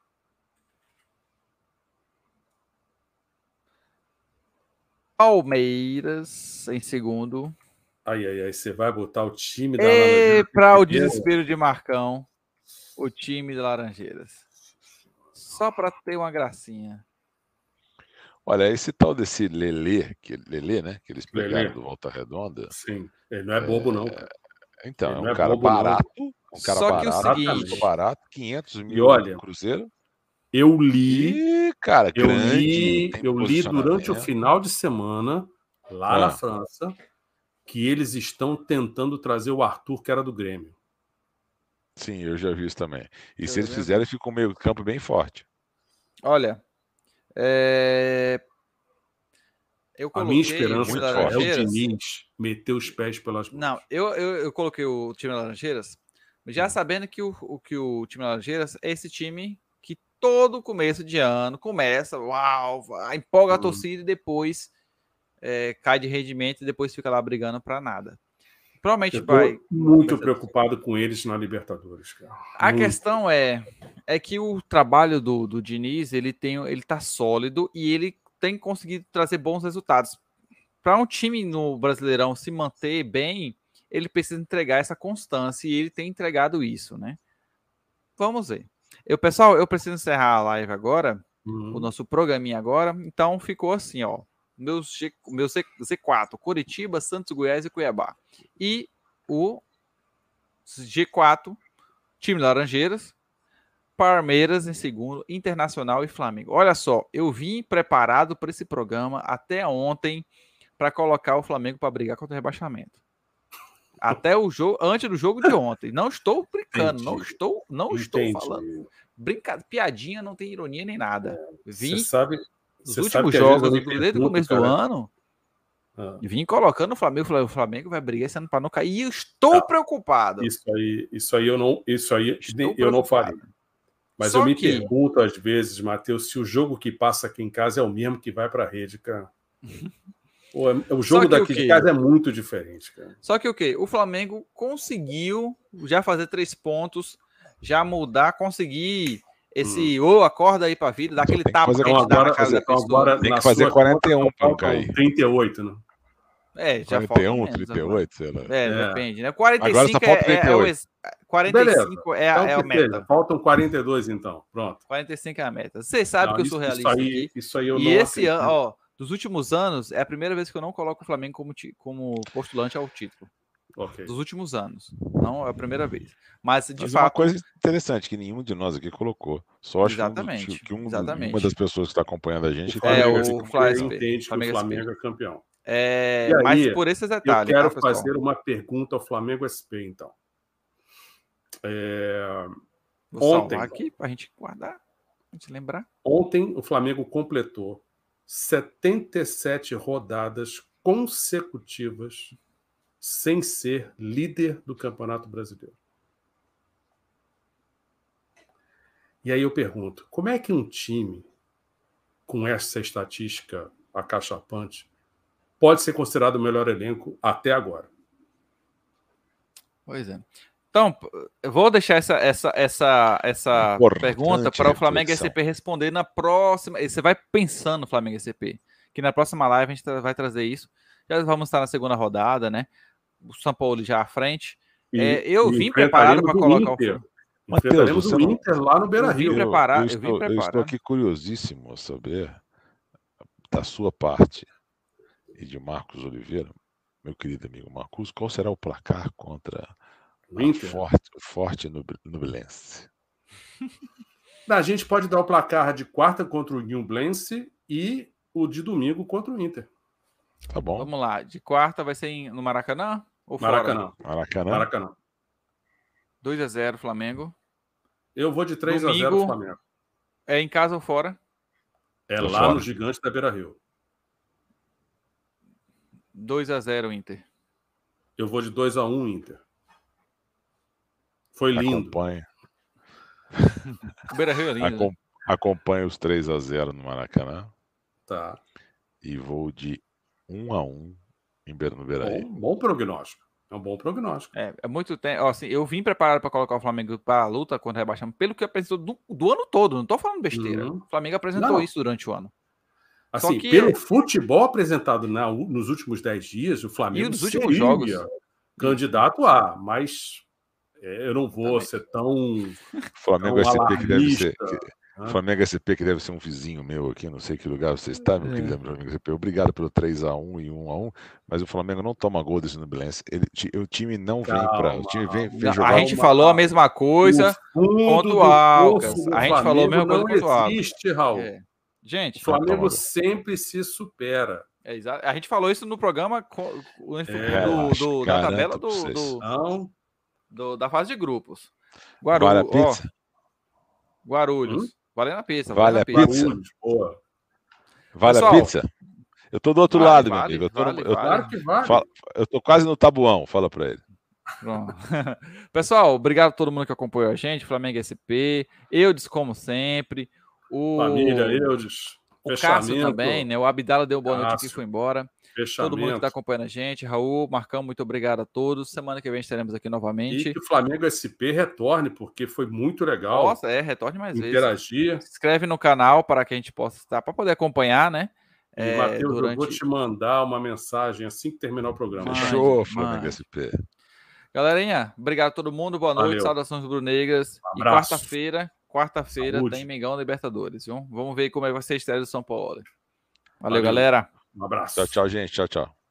Palmeiras em segundo. Ai, ai, ai, você vai botar o time da E Laranjeira para o primeiro? desespero de Marcão, o time de Laranjeiras. Só para ter uma gracinha. Olha, esse tal desse Lelê, que, Lelê, né? Que eles pegaram Lelê. do Volta Redonda. Sim, ele não é bobo, não. cara. Então, Ele é não um é cara bobo, não. barato. Um cara Só que o barato, seguinte- muito barato, quinhentos mil E olha, no Cruzeiro. Eu li, E, cara, eu grande. li, tem eu li durante o posicionamento. final de semana, lá Ah. na França, que eles estão tentando trazer o Arthur, que era do Grêmio. Sim, eu já vi isso também. E Eu se eles lembro. fizerem, fica um meio campo bem forte. Olha, é... eu A coloquei minha esperança muito é o Laranjeiras. Diniz meter os pés pelas mãos. Não, eu, eu, eu coloquei o time Laranjeiras, já Hum. sabendo que o, o, que o time Laranjeiras é esse time que todo começo de ano começa, uau, vai, empolga a Hum. torcida e depois é, cai de rendimento e depois fica lá brigando para nada. Provavelmente Eu tô vai. muito preocupado com eles na Libertadores, cara. A Muito. questão é, é que o trabalho do, do Diniz, ele tem, ele tá sólido e ele tem conseguido trazer bons resultados. Para um time no Brasileirão se manter bem, ele precisa entregar essa constância e ele tem entregado isso, né? Vamos ver. Eu, pessoal, eu preciso encerrar a live agora, o nosso programinha agora. Então ficou assim, ó. Meu, G, meu Z quatro, Coritiba, Santos, Goiás e Cuiabá. E o G quatro, time Laranjeiras, Palmeiras em segundo, Internacional e Flamengo. Olha só, eu vim preparado para esse programa até ontem para colocar o Flamengo para brigar contra o rebaixamento. Até o jogo, antes do jogo de ontem. Não estou brincando, Entendi. não estou, não Entendi. estou falando. Brincadeira, piadinha, não tem ironia nem nada. Vim, sabe, nos últimos jogos, desde o começo cara. do ano, ah. vim colocando o Flamengo, o Flamengo vai brigar esse ano para não cair. E eu estou ah, preocupado. Isso aí, isso aí eu não, isso aí eu não faria. Mas Só eu me que... pergunto às vezes, Matheus, se o jogo que passa aqui em casa é o mesmo que vai para a rede, cara. O jogo daqui de casa é muito diferente, cara. Só que o quê? O Flamengo conseguiu já fazer três pontos, já mudar, conseguir esse ô, hum. oh, acorda aí pra vida, dar aquele tapa que a gente dá na casa da pessoa. Agora, tem que fazer quarenta e um para não cair. trinta e oito, né? É, já quarenta e um, trinta e oito, sei lá. É, é, depende, né? quarenta e cinco agora só falta trinta e oito. É, é, quarenta e cinco Beleza. é, a, então, é a meta. Seja, faltam quarenta e dois, então. Pronto. quarenta e cinco é a meta. Vocês sabem não, que eu sou realista isso aí, aqui. Isso aí eu e não esse ano, ó, dos últimos anos, é a primeira vez que eu não coloco o Flamengo como, como postulante ao título. Okay. Dos últimos anos. Não é a primeira vez. Mas, de Mas fato... é uma coisa interessante que nenhum de nós aqui colocou. Só acho exatamente, que, um, exatamente. uma das pessoas que está acompanhando a gente... O Flamengo, é, o Flamengo entende que Flamengo o Flamengo é campeão. É, aí, mas por esses detalhes... Eu quero tá, fazer uma pergunta ao Flamengo S P, então. É... Vou Ontem... aqui para a gente guardar, a gente lembrar. Ontem, o Flamengo completou setenta e sete rodadas consecutivas sem ser líder do Campeonato Brasileiro. E aí eu pergunto, como é que um time com essa estatística acachapante pode ser considerado o melhor elenco até agora? Pois é. Então, eu vou deixar essa, essa, essa, essa pergunta para o Flamengo S C P responder na próxima. Você vai pensando no Flamengo S C P, que na próxima live a gente vai trazer isso. Já vamos estar na segunda rodada, né? O São Paulo já à frente. E, é, eu e vim preparado para colocar Inter. o Enfrentaremos o Inter lá no Beira-Rio. Eu vim preparar. Eu, eu, estou, eu, eu estou aqui curiosíssimo a saber da sua parte e de Marcos Oliveira, meu querido amigo Marcos, qual será o placar contra o Inter? Forte, forte Nublense. A gente pode dar o placar de quarta contra o Nublense e o de domingo contra o Inter. Tá bom. Vamos lá. De quarta vai ser em, no Maracanã ou Maracanã. fora? Maracanã. Maracanã. dois a zero Flamengo. Eu vou de três a zero Flamengo. É em casa ou fora? É Tô lá fora. no Gigante da Beira-Rio. dois a zero Inter. Eu vou de dois a um Inter. Foi lindo. Acompanha. O Beira-Rio é lindo. Acom né? Acompanha os três a zero no Maracanã. Tá. E vou de um a um em Beira, no Beira-Rio. Bom, bom prognóstico. É um bom prognóstico. É, é muito tempo. Assim, eu vim preparado para colocar o Flamengo para a luta contra o rebaixamento, pelo que apresentou do, do ano todo. Não estou falando besteira. Uhum. O Flamengo apresentou não. isso durante o ano. Assim, pelo eu... futebol apresentado na, nos últimos dez dias, o Flamengo e nos últimos jogos candidato a, mas é, eu não vou Também. ser tão. Flamengo tão S P que deve ser. Que... Flamengo S P que deve ser um vizinho meu aqui, não sei que lugar você está, meu é. querido Flamengo S P. Obrigado pelo três a um e um a um, mas o Flamengo não toma gol desse Nublense. Ele, o time não vem para. O time vem, vem jogar. A gente falou a mesma coisa contra o Alcas. A gente falou a mesma coisa contra o Alcas. Não existe, Raul. É. Gente, o Flamengo sempre se supera. É, a gente falou isso no programa do, é, do, do, da tabela do, do, do, da fase de grupos. Guarulhos. Vale a pizza? Ó, Guarulhos. Hum? Valendo a pizza. Vale a pizza? Guarulhos, boa. Vale Pessoal, a pizza? Eu tô do outro vale, lado, vale, meu amigo. Eu tô, vale, no, eu, vale. Claro que vale. Fala, eu tô quase no tabuão, fala pra ele. Pessoal, obrigado a todo mundo que acompanhou a gente. Flamengo S P. Eudes, como sempre. O... Família, Eudes. O Cássio também, né? O Abdala deu boa noite aqui e foi embora. Fechamento. Todo mundo que está acompanhando a gente. Raul, Marcão, muito obrigado a todos. Semana que vem estaremos aqui novamente. E que o Flamengo S P retorne, porque foi muito legal. Nossa, é, retorne mais interagir. vezes. Se inscreve no canal para que a gente possa estar, para poder acompanhar, né? E, é, Matheus, durante... eu vou te mandar uma mensagem assim que terminar o programa. Mande, Show, Flamengo S P. Galerinha, obrigado a todo mundo. Boa noite. Valeu. Saudações rubro-negras. Um e quarta-feira, quarta-feira Saúde. tem Mengão Libertadores, viu? Vamos ver como é que vai ser a estreia do São Paulo. Valeu, Valeu. galera. Um abraço. Tchau, tchau, gente. Tchau, tchau.